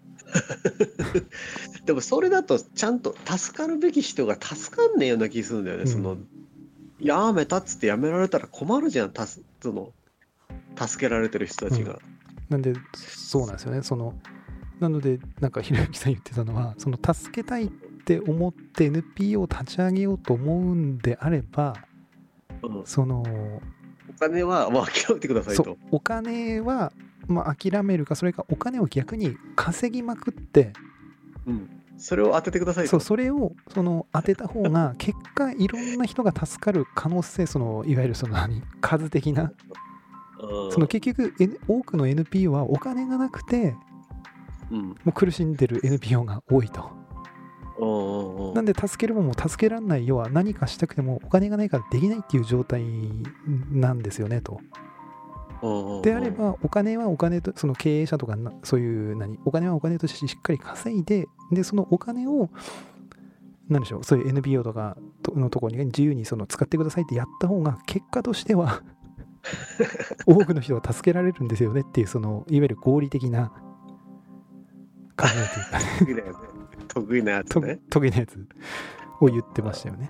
でも、それだと、ちゃんと助かるべき人が助かんねえような気するんだよね。やめたっつってやめられたら困るじゃん、助けられてる人たちが。 なんで、そうなんですよね。なので、なんかひろゆきさん言ってたのは、助けたいって思って NPO を立ち上げようと思うんであれば、 お金は、まあ、諦めてくださいと。 お金は、まあ、諦めるか、それかお金を逆に稼ぎまくって、 それを当ててくださいと。 それを当てた方が、結果、いろんな人が助かる可能性、いわゆる数的な、結局、多くの NPO はお金がなくて、もう苦しんでる NPO が多いと。なんで助けるもんも助けられない、要は何かしたくてもお金がないからできないっていう状態なんですよねと。であれば、お金はお金と、経営者とかそういうお金はお金としてしっかり稼いで、でそのお金をなんでしょう、そういう NPO とかのところに自由に使ってくださいってやった方が結果としては多くの人が助けられるんですよねっていう、いわゆる合理的な考えというか、ね、 得意なやつね。 得意なやつを言ってましたよね。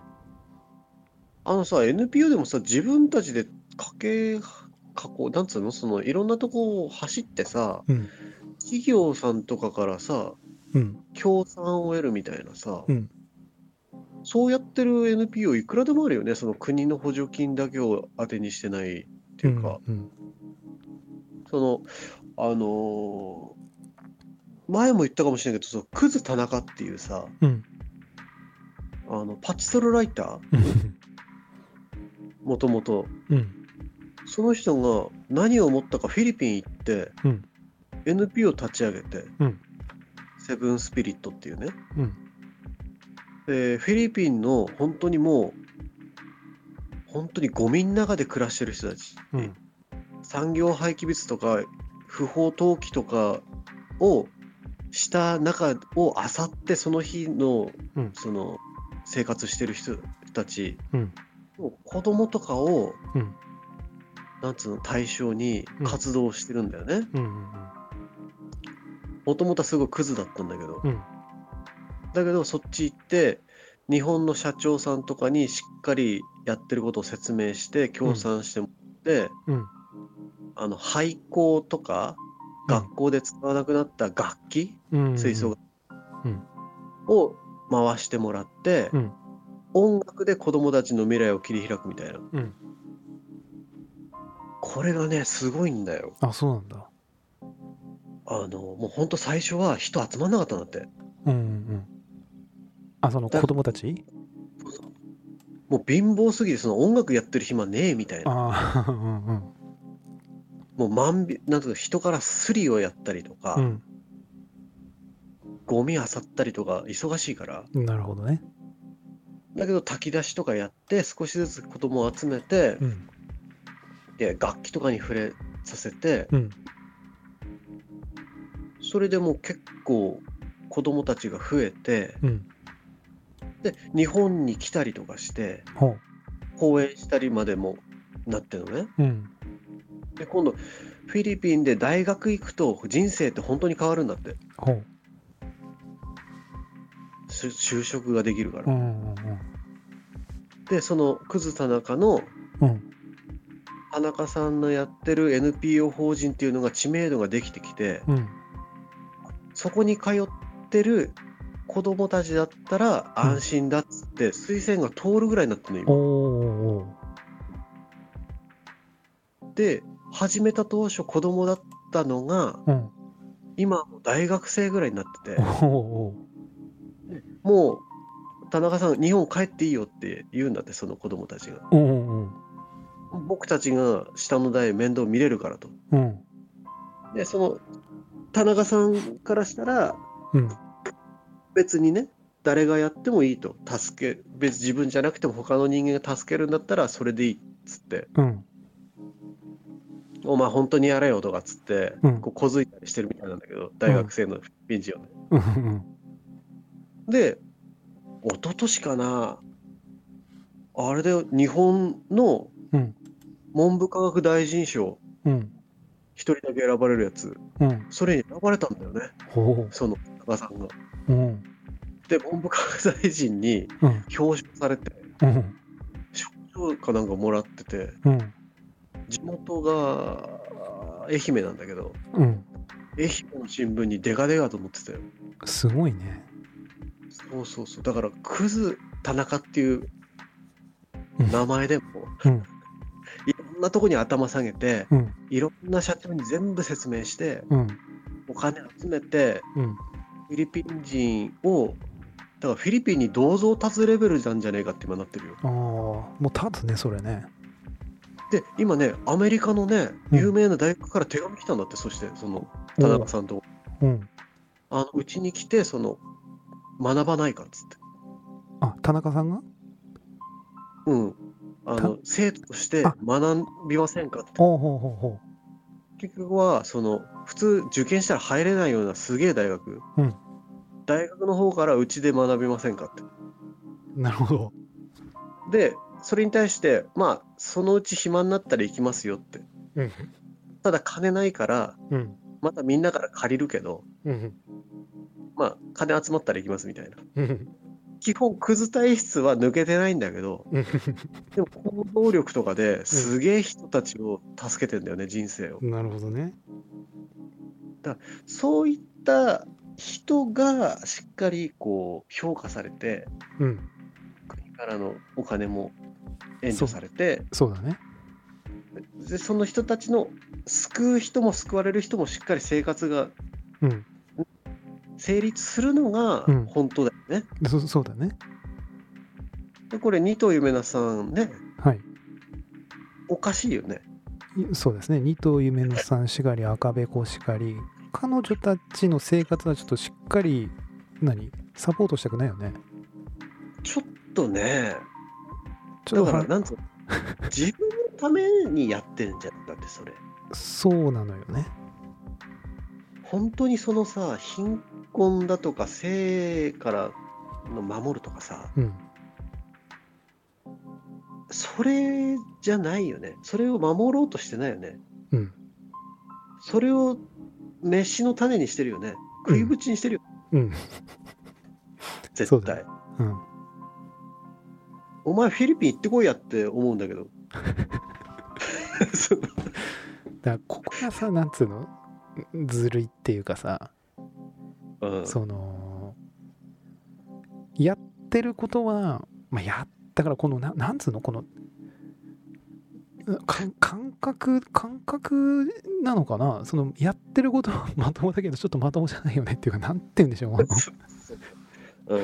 NPO でもさ、自分たちでなんつうの、いろんなとこを走ってさ、企業さんとかからさ、協賛を得るみたいなさ、そうやってる NPO いくらでもあるよね。国の補助金だけを当てにしてないっていうか、 前も言ったかもしれないけど、そうクズ田中っていうさ、 うんパチスロライター、もともと、 うんその人が何を思ったかフィリピン行って、 うん NPO を立ち上げて、 うんセブンスピリットっていうね。 うんで、フィリピンの本当にもう、本当にゴミの中で暮らしてる人たち、 うん産業廃棄物とか不法投棄とかをした中を漁ってその日のうんその生活してる人たちうんの子供とかをうんなんつうの対象に活動してるんだよね。 うんもともとはすごいクズだったんだけど、 うんだけどそっち行って日本の社長さんとかにしっかりやってることを説明して協賛してもらって、 うん廃校とか学校で使わなくなった楽器、 うん吹奏楽うんを回してもらって、 うん音楽で子供たちの未来を切り開くみたいな。 うんこれがねすごいんだよ。 あ、そうなんだ。 もうほんと最初は人集まんなかったんだって。 うんうんあ、その子供たちもう貧乏すぎてその音楽やってる暇ねえみたいな。 ああうんもうなんとか人からスリをやったりとか、 うんゴミ漁ったりとか忙しいから。 なるほどね。 だけど炊き出しとかやって少しずつ子供を集めて、 うんで楽器とかに触れさせて、 うんそれでもう結構子供たちが増えて、 うんで日本に来たりとかしてほ講演したりまでもなってるのね。 ううんで今度フィリピンで大学行くと人生って本当に変わるんだって。 ほう就職ができるから。 うんでそのクズ田中のうん田中さんのやってる NPO 法人っていうのが知名度ができてきて、 うんそこに通ってる子供たちだったら安心だっつって推薦が通るぐらいになってるのお今。 おで始めた当初子供だったのがうん今もう大学生ぐらいになってて、 おおもう田中さん日本帰っていいよって言うんだって、その子供たちが。 うんうん僕たちが下の代面倒見れるからと。 うんでその田中さんからしたらうん別にね誰がやってもいいと、別に自分じゃなくても他の人間が助けるんだったらそれでいいっつって、 うんお前本当にやれよとかっつってうんこう小づいたりしてるみたいなんだけど、大学生のフィリピン人はね。 うんで一昨年かな、あれで日本のうん文部科学大臣賞うん一人だけ選ばれるやつ、 うんそれに選ばれたんだよね、 ほその田中さんが。 ううんで文部科学大臣にうん表彰されてうん賞状かなんかもらってて、 うん地元が愛媛なんだけど、 うん愛媛の新聞にデカデカと思ってたよ。 すごいね。 そうそうそう。だからクズ田中っていううん名前でも、 うんいろんなとこに頭下げて、 うんいろんな社長に全部説明してうんお金集めて、 うんフィリピン人をだからフィリピンに銅像を建つレベルなんじゃねえかって今なってるよ。 ああもう立つねそれね。 で今ねアメリカのねうん有名な大学から手紙来たんだって。そしてその田中さんとうんうちに来て学ばないかっつって、 あ田中さんがうんた生徒としてあ学びませんかって。 ほうほうほうほ結局は普通受験したら入れないようなすげえ大学、 うん大学の方からうちで学びませんかって。 うなるほど。 でそれに対してまあそのうち暇になったら行きますよって。 うんただ金ないからうんまたみんなから借りるけど、 うんまあ金集まったら行きますみたいな。 うん基本クズ体質は抜けてないんだけど、 うんでも行動力とかですげえ人たちを助けてんだよね、人生を。 なるほどね。 そういった人がしっかりこう評価されて、 うん国からのお金も援助されて、 そうだね。 でその人たちの救う人も救われる人もしっかり生活がうん成立するのがうん本当だよね。 そうだね。 でこれ二頭夢菜さんね、 はい。 おかしいよね。 そうですね。二頭夢のさんしかり、赤べこしかり、彼女たちの生活はちょっとしっかり、サポートしたくないよね。 ちょっとね、 ちょっとだからなんつうの、自分のためにやってんじゃん。だってそれ。 そうなのよね。 本当にそのさ、貧困だとか性からの守るとかさ、 うん。 それじゃないよね。それを守ろうとしてないよね。 うん。 それを飯の種にしてるよね。食いぶちにしてるよ。 うん。そうだ絶対。 うん。 お前フィリピン行ってこいやって思うんだけど。そうだからここがさ、なんつうの、ずるいっていうかさ、 うんその、やってることは、だからこの、なんつうの、この、感覚なのかな、その、やってることはまともだけど、ちょっとまともじゃないよねっていうか、なんて言うんでしょう。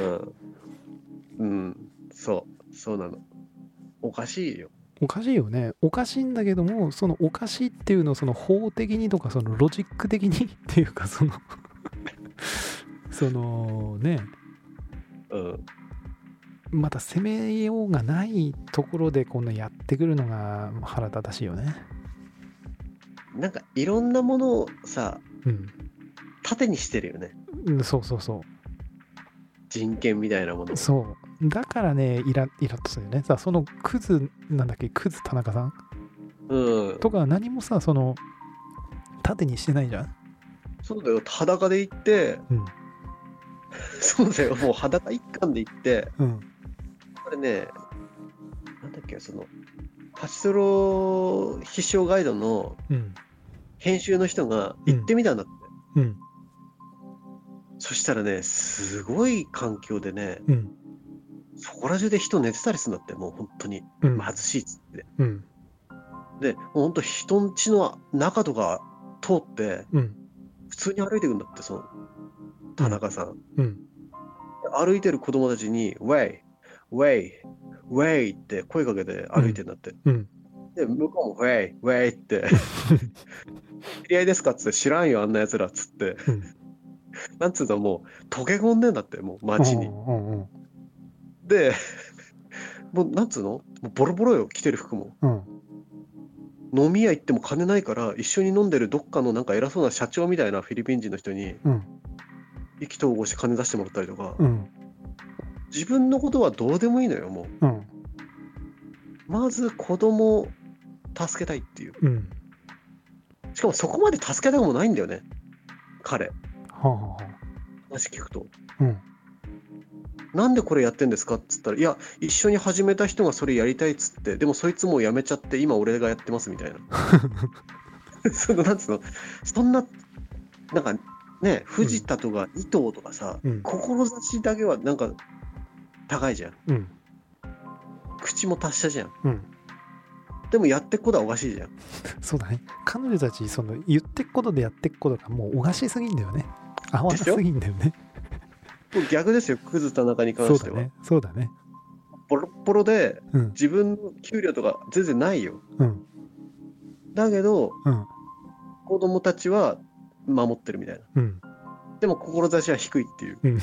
そうなの。おかしいよ。 おかしいよね。おかしいんだけども、そのおかしいっていうのをその法的にとか、そのロジック的にっていうか、そのそのね、 うん。 また攻めようがないところでこのやってくるのが腹立たしいよね。 なんかいろんなものをさ、 うん。 盾にしてるよね。 そうそうそ人権みたいなものう。 を。 そう。だからね、イラッとするよね。さ、そのクズ、クズ田中さんうん。 とか何もさ、その、盾にしてないじゃん。 そうだよ。裸で行って、 うん。 そうだよ。もう裸一貫で行って、 うん。 これね、なんだっけ、その、パチスロ必勝ガイドのうん。 編集の人が行ってみたんだって。 うん。 そしたらね、すごい環境でね、 うん。 そこら中で人寝てたりするんだって、もう本当にうん。 貧しいっつって。 うん。 で、もう本当人ん家の中とか通って、 うん。 普通に歩いていくんだって、その、田中さん。 うん。 歩いてる子供たちに、ウェイ、ウェイ、ウェイって声かけて歩いてんだって。 うん。 で、向こうもウェイ、ウェイって、知り合いですかっつって、知らんよ、あんな奴らっつって。 うん。 なんつうの、もう、溶け込んでんだって、もう街に。 うん。 で、もう、なんつうのもうボロボロよ、着てる服も。 うん。 飲み屋行っても金ないから、一緒に飲んでるどっかのなんか偉そうな社長みたいなフィリピン人の人に、 うん。 意気投合して金出してもらったりとか、 うん。 自分のことはどうでもいいのよ、もう。 うん。 まず子供を助けたいっていう。 うん。 しかもそこまで助けたくもないんだよね、彼。 はあはあ。 話聞くと。 うん。 なんでこれやってんですかっつったら、いや、一緒に始めた人がそれやりたいっつって、でもそいつもうやめちゃって、今俺がやってますみたいな。その、なんつうの、そんな、なんかね、藤田とか伊藤とかさ、 うん。 志だけはなんか高いじゃん。 うん。 口も達者じゃん。 うん。 でもやってっことはおかしいじゃん。 そうだね。彼女たち、その、言ってっことでやってっことがもうおかしすぎんだよね。合わなすぎんだよね。 もう逆ですよ、クズ田中に関しては。 そうだね。そうだね。 ボロッボロで、 うん。 自分の給料とか全然ないよ。 うん。 だけど、 うん。 子供たちは守ってるみたいな。 うん。 でも志は低いっていう。 うん。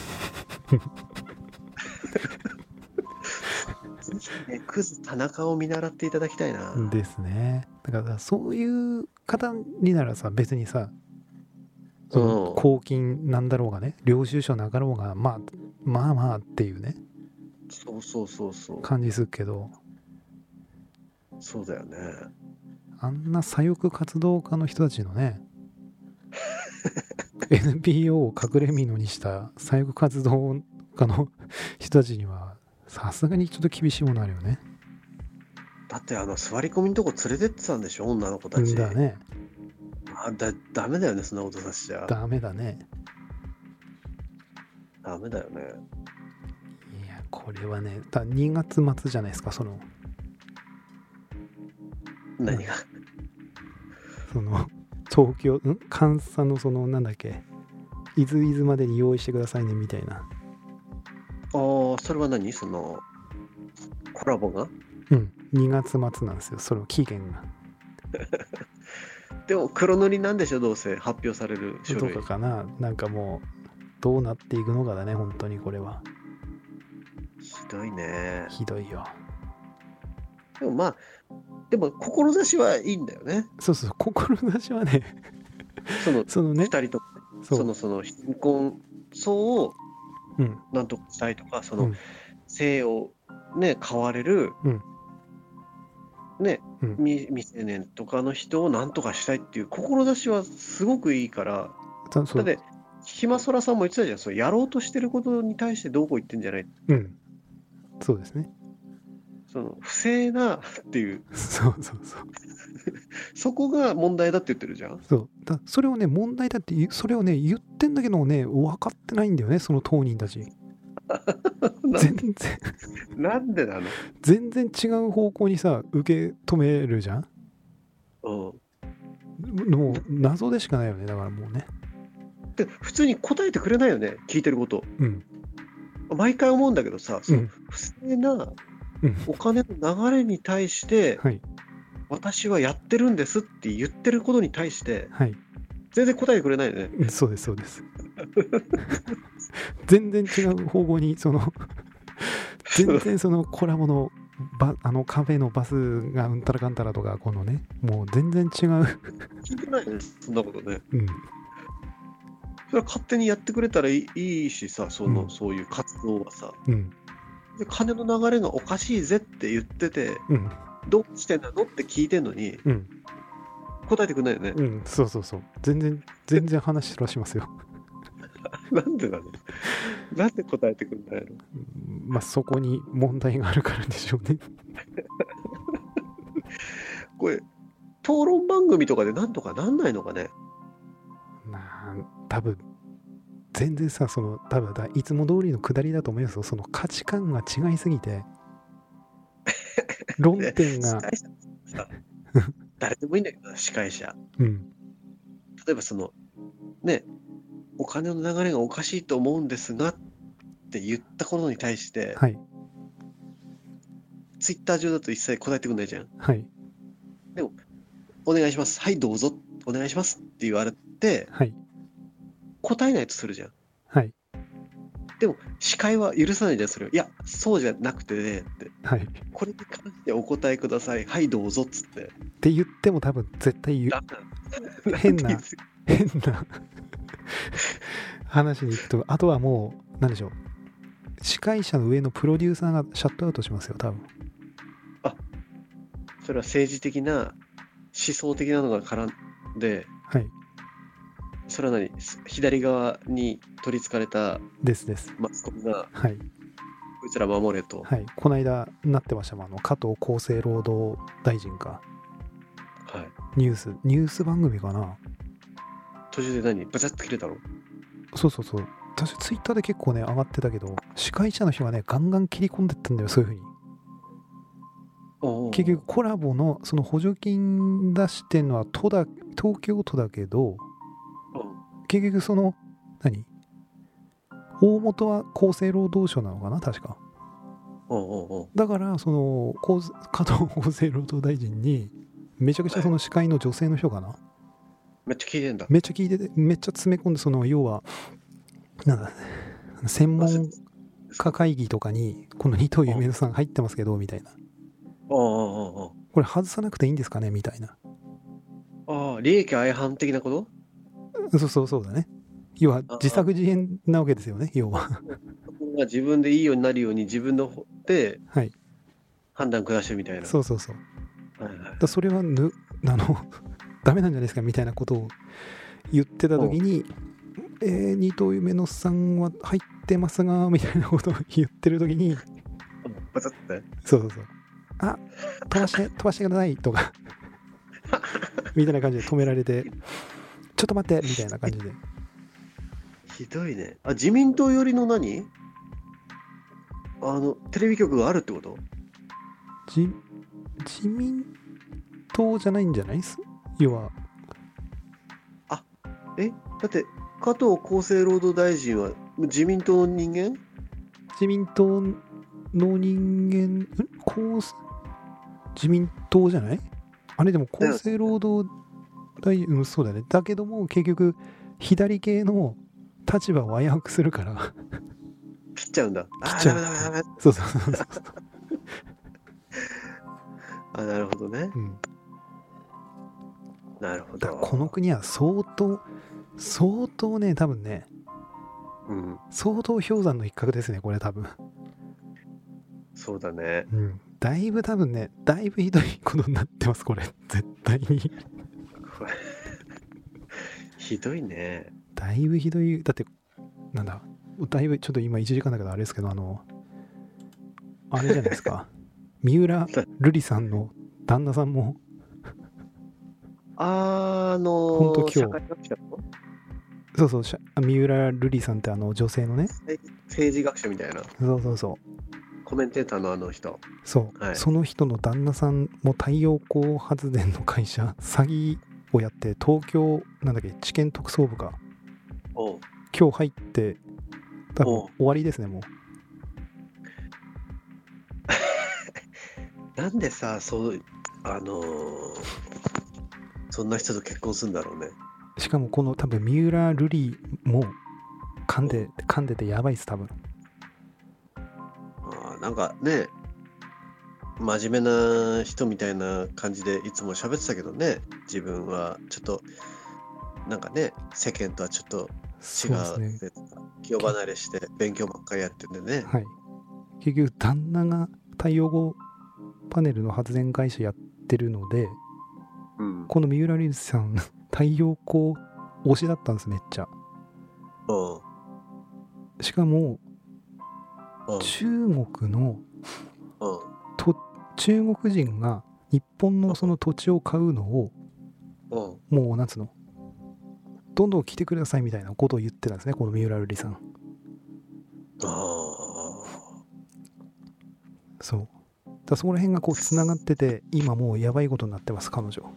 ぜひね、クズ田中を見習っていただきたいな。 ですね。だからそういう方にならさ、別にさ、その公金なんだろうがね、領収書なかろうが、まあっていうね、 そう。 感じするけど、 そうだよね。 あんな左翼活動家の人たちのね、NPO を隠れ蓑にした左翼活動家の人たちには、さすがにちょっと厳しいものあるよね。 だって座り込みのとこ連れてってたんでしょ、女の子たち。 だね。 ダメだよね、そんなことさせちゃ。 ダメだね。 ダメだよね。 いや、これはね、2月末じゃないですか、その、 何が。 その、東京、関西のその、なんだっけ、 いずいずまでに用意してくださいねみたいな。 ああ、それは何その、コラボがうん2月末なんですよ、それの期限が。 でも黒塗りなんでしょ、どうせ発表される書類。 どうかかな。なんかもうどうなっていくのかだね、本当にこれは。 ひどいね。 ひどいよ。 でもまあ、でも志はいいんだよね。 そうそう、志はね、 そのそのね、 二人ともね、 そうその貧困層をうんなんとかしたいとか、そうのん性をね、買われるうんね、 うん未成年とかの人をなんとかしたいっていう志はすごくいいから、 そうだって、ひまそらさんも言ってたじゃん、そうやろうとしてることに対してどうこう言ってんじゃない。 うんそうですね。 その不正なっていう、 そうそうそうそこが問題だって言ってるじゃん。 そうそれをね問題だってそれをね言ってんだけどね分かってないんだよね、その当人たち。 なんでなの。 全然違う方向にさ受け止めるじゃん。 うん。 もう謎でしかないよね、だからもうね。 で、普通に答えてくれないよね、聞いてること。 うん毎回思うんだけどさ、 うん不正なうんお金の流れに対して、 はい私はやってるんですって言ってることに対して、 はい全然答えてくれないよね。 そうですそうです全然違う方向に全然そのコラボのカフェのバスがうんたらかんたらとかこのねもう全然違う聞いてないよね、そんなことね。 うんそれは勝手にやってくれたらいいしさ、 うんそういう活動はさ。 うんで、金の流れがおかしいぜって言ってて、 うんどうしてんのって聞いてんのに、 うん答えてくれないよね。 うんそうそうそう全然話しらしますよなんでなの。なんで答えてくれないの。 まあそこに問題があるからでしょうねこれ、討論番組とかでなんとかなんないのかね。 多分全然さ多分いつも通りの下りだと思いますよ。その価値観が違いすぎて論点が司会者さ、誰でもいいんだけど、司会者。 うん例えばね、お金の流れがおかしいと思うんですがって言ったことに対して、 はいツイッター上だと一切答えてくんないじゃん。 はいお願いします。はいどうぞ。お願いしますって言われて、 はい答えないとするじゃん。 はいでも、司会は許さないじゃん、それを。いや、そうじゃなくてねって。 はいっこれに関してお答えください。はいどうぞっつって。 て言っても多分絶対ダメなの。 変ななんて変な話に行くと、あとはもう何でしょう、司会者の上のプロデューサーがシャットアウトしますよ多分。 それは政治的な思想的なのが絡んで、 はいそれは何、左側に取り憑かれたですマスコミがはいこいつら守れと。 はいこの間なってましたもん、加藤厚生労働大臣かはい。 ニュース番組かな。 途中で何バチャッと切れたの。 そうそうそう、私ツイッターで結構ね上がってたけど、司会者の人がねガンガン切り込んでったんだよ、そういう風に。 おー結局コラボのその補助金出してんのは東京都だけど、結局大元は厚生労働省なのかな確か。 おーだから加藤厚生労働大臣にめちゃくちゃその司会の女性の人かな、 めっちゃ聞いてんだ。 めっちゃ聞いてて、めっちゃ詰め込んで、要はなんだ専門家会議とかにこの二藤夢乃さん入ってますけどみたいな、 おこれ外さなくていいんですかねみたいな。 ー利益相反的なこと。 そうだね。要は自作自演なわけですよね、要は。 そこが自分でいいようになるように自分の方ではい判断下してるみたいな。 そうはいはい。 それはダメなんじゃないですかみたいなことを言ってた時に、二藤夢乃さんは入ってますがみたいなことを言ってる時に、 バチャって。 そうあ飛ばしてくださいとかみたいな感じで止められて、ちょっと待ってみたいな感じで。 ひどいね。自民党寄りの何テレビ局があるってこと。 自民党じゃないんじゃないっす、要は。 だって加藤厚生労働大臣は自民党の人間？ 自民党の人間、自民党じゃない？あれでも厚生労働大臣、そうだね。だけども結局左系の立場を危うくするから切っちゃうんだ。ああ、 切っちゃう。 ダメダメダメ。 そうそうそうそう。 あ、なるほどね。 うん。 なるほど。 だからこの国は相当ね、多分ね、 うん、 相当氷山の一角ですね、これ多分。 そうだね。 うん。だいぶ多分ね、だいぶひどいことになってます、これ。絶対に。 これひどいね。 だいぶひどい。だって、なんだ、だいぶ、ちょっと今1時間だけどあれですけど、あれじゃないですか。三浦瑠麗さんの旦那さんも、ほんと今日、 社会学者のそうそう、三浦瑠麗さんって女性のね、 政治学者みたいなそうそうそう、 コメンテーターのあの人。 そう、 はい。 その人の旦那さんも太陽光発電の会社、詐欺をやって、東京、なんだっけ、地検特捜部が、 おう今日入って、多分おう終わりですね、もう。 なんでさ、あのーそんな人と結婚するんだろうね。 しかもこの多分三浦瑠麗も噛んでてやばいっす、多分。 なんかね、真面目な人みたいな感じでいつも喋ってたけどね、自分はちょっと、なんかね、世間とはちょっと違そうですね。 う、気を離れして勉強ばっかりやってんでね。 はい。結局、旦那が太陽光パネルの発電会社やってるので、 うん。 この三浦瑠麗さん、太陽光推しだったんです、めっちゃ。 うん。 しかも、 うん。 中国のうん。 中国人が日本のその土地を買うのを、 うん。 もう、なんつうの、どんどん来てくださいみたいなことを言ってたんですね、この三浦瑠麗さん。そう。だそこら辺がこうつながってて、今もうやばいことになってます、彼女。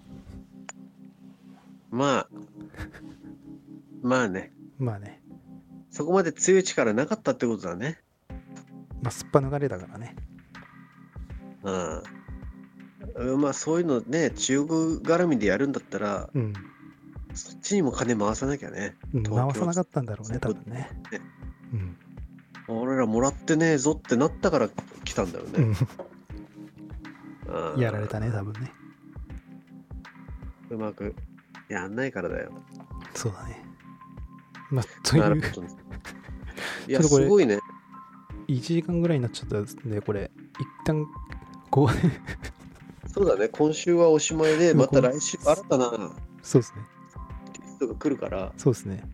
まあね、 まあね、 そこまで強い力なかったってことだね。 まあ、すっぱ抜かれだからね。 まあそういうのね、中国絡みでやるんだったら、 うん。 そっちにも金回さなきゃね。 回さなかったんだろうね、多分ね。うん。 俺らもらってねえぞってなったから来たんだよね。 やられたね、多分ね。 うまくやんないからだよ。 そうだね。まあ、という、 いや、すごいね。 1時間ぐらいになっちゃったんで、これ、一旦、こう、 そうだね、今週はおしまいで、また来週新たなそうですね。 ゲストが来るから。 そうですね。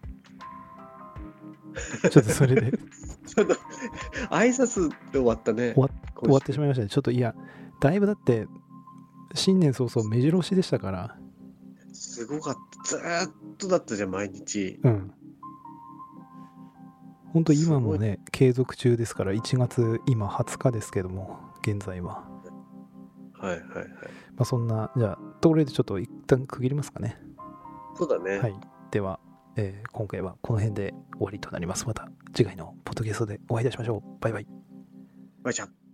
ちょっとそれで。 ちょっと、挨拶で終わったね。 終わってしまいましたね。ちょっといや、だいぶだって、新年早々目白押しでしたから。 すごかった。ずーっとだったじゃん、毎日。 うん。本当今もね、継続中ですから、1月、今20日ですけども、現在は。 はいはいはい。 まあそんな、じゃあ、ところでちょっと一旦区切りますかね。 そうだね。 はい。では、今回はこの辺で終わりとなります。また次回のポッドキャストでお会いいたしましょう。バイバイ。 バイちゃん。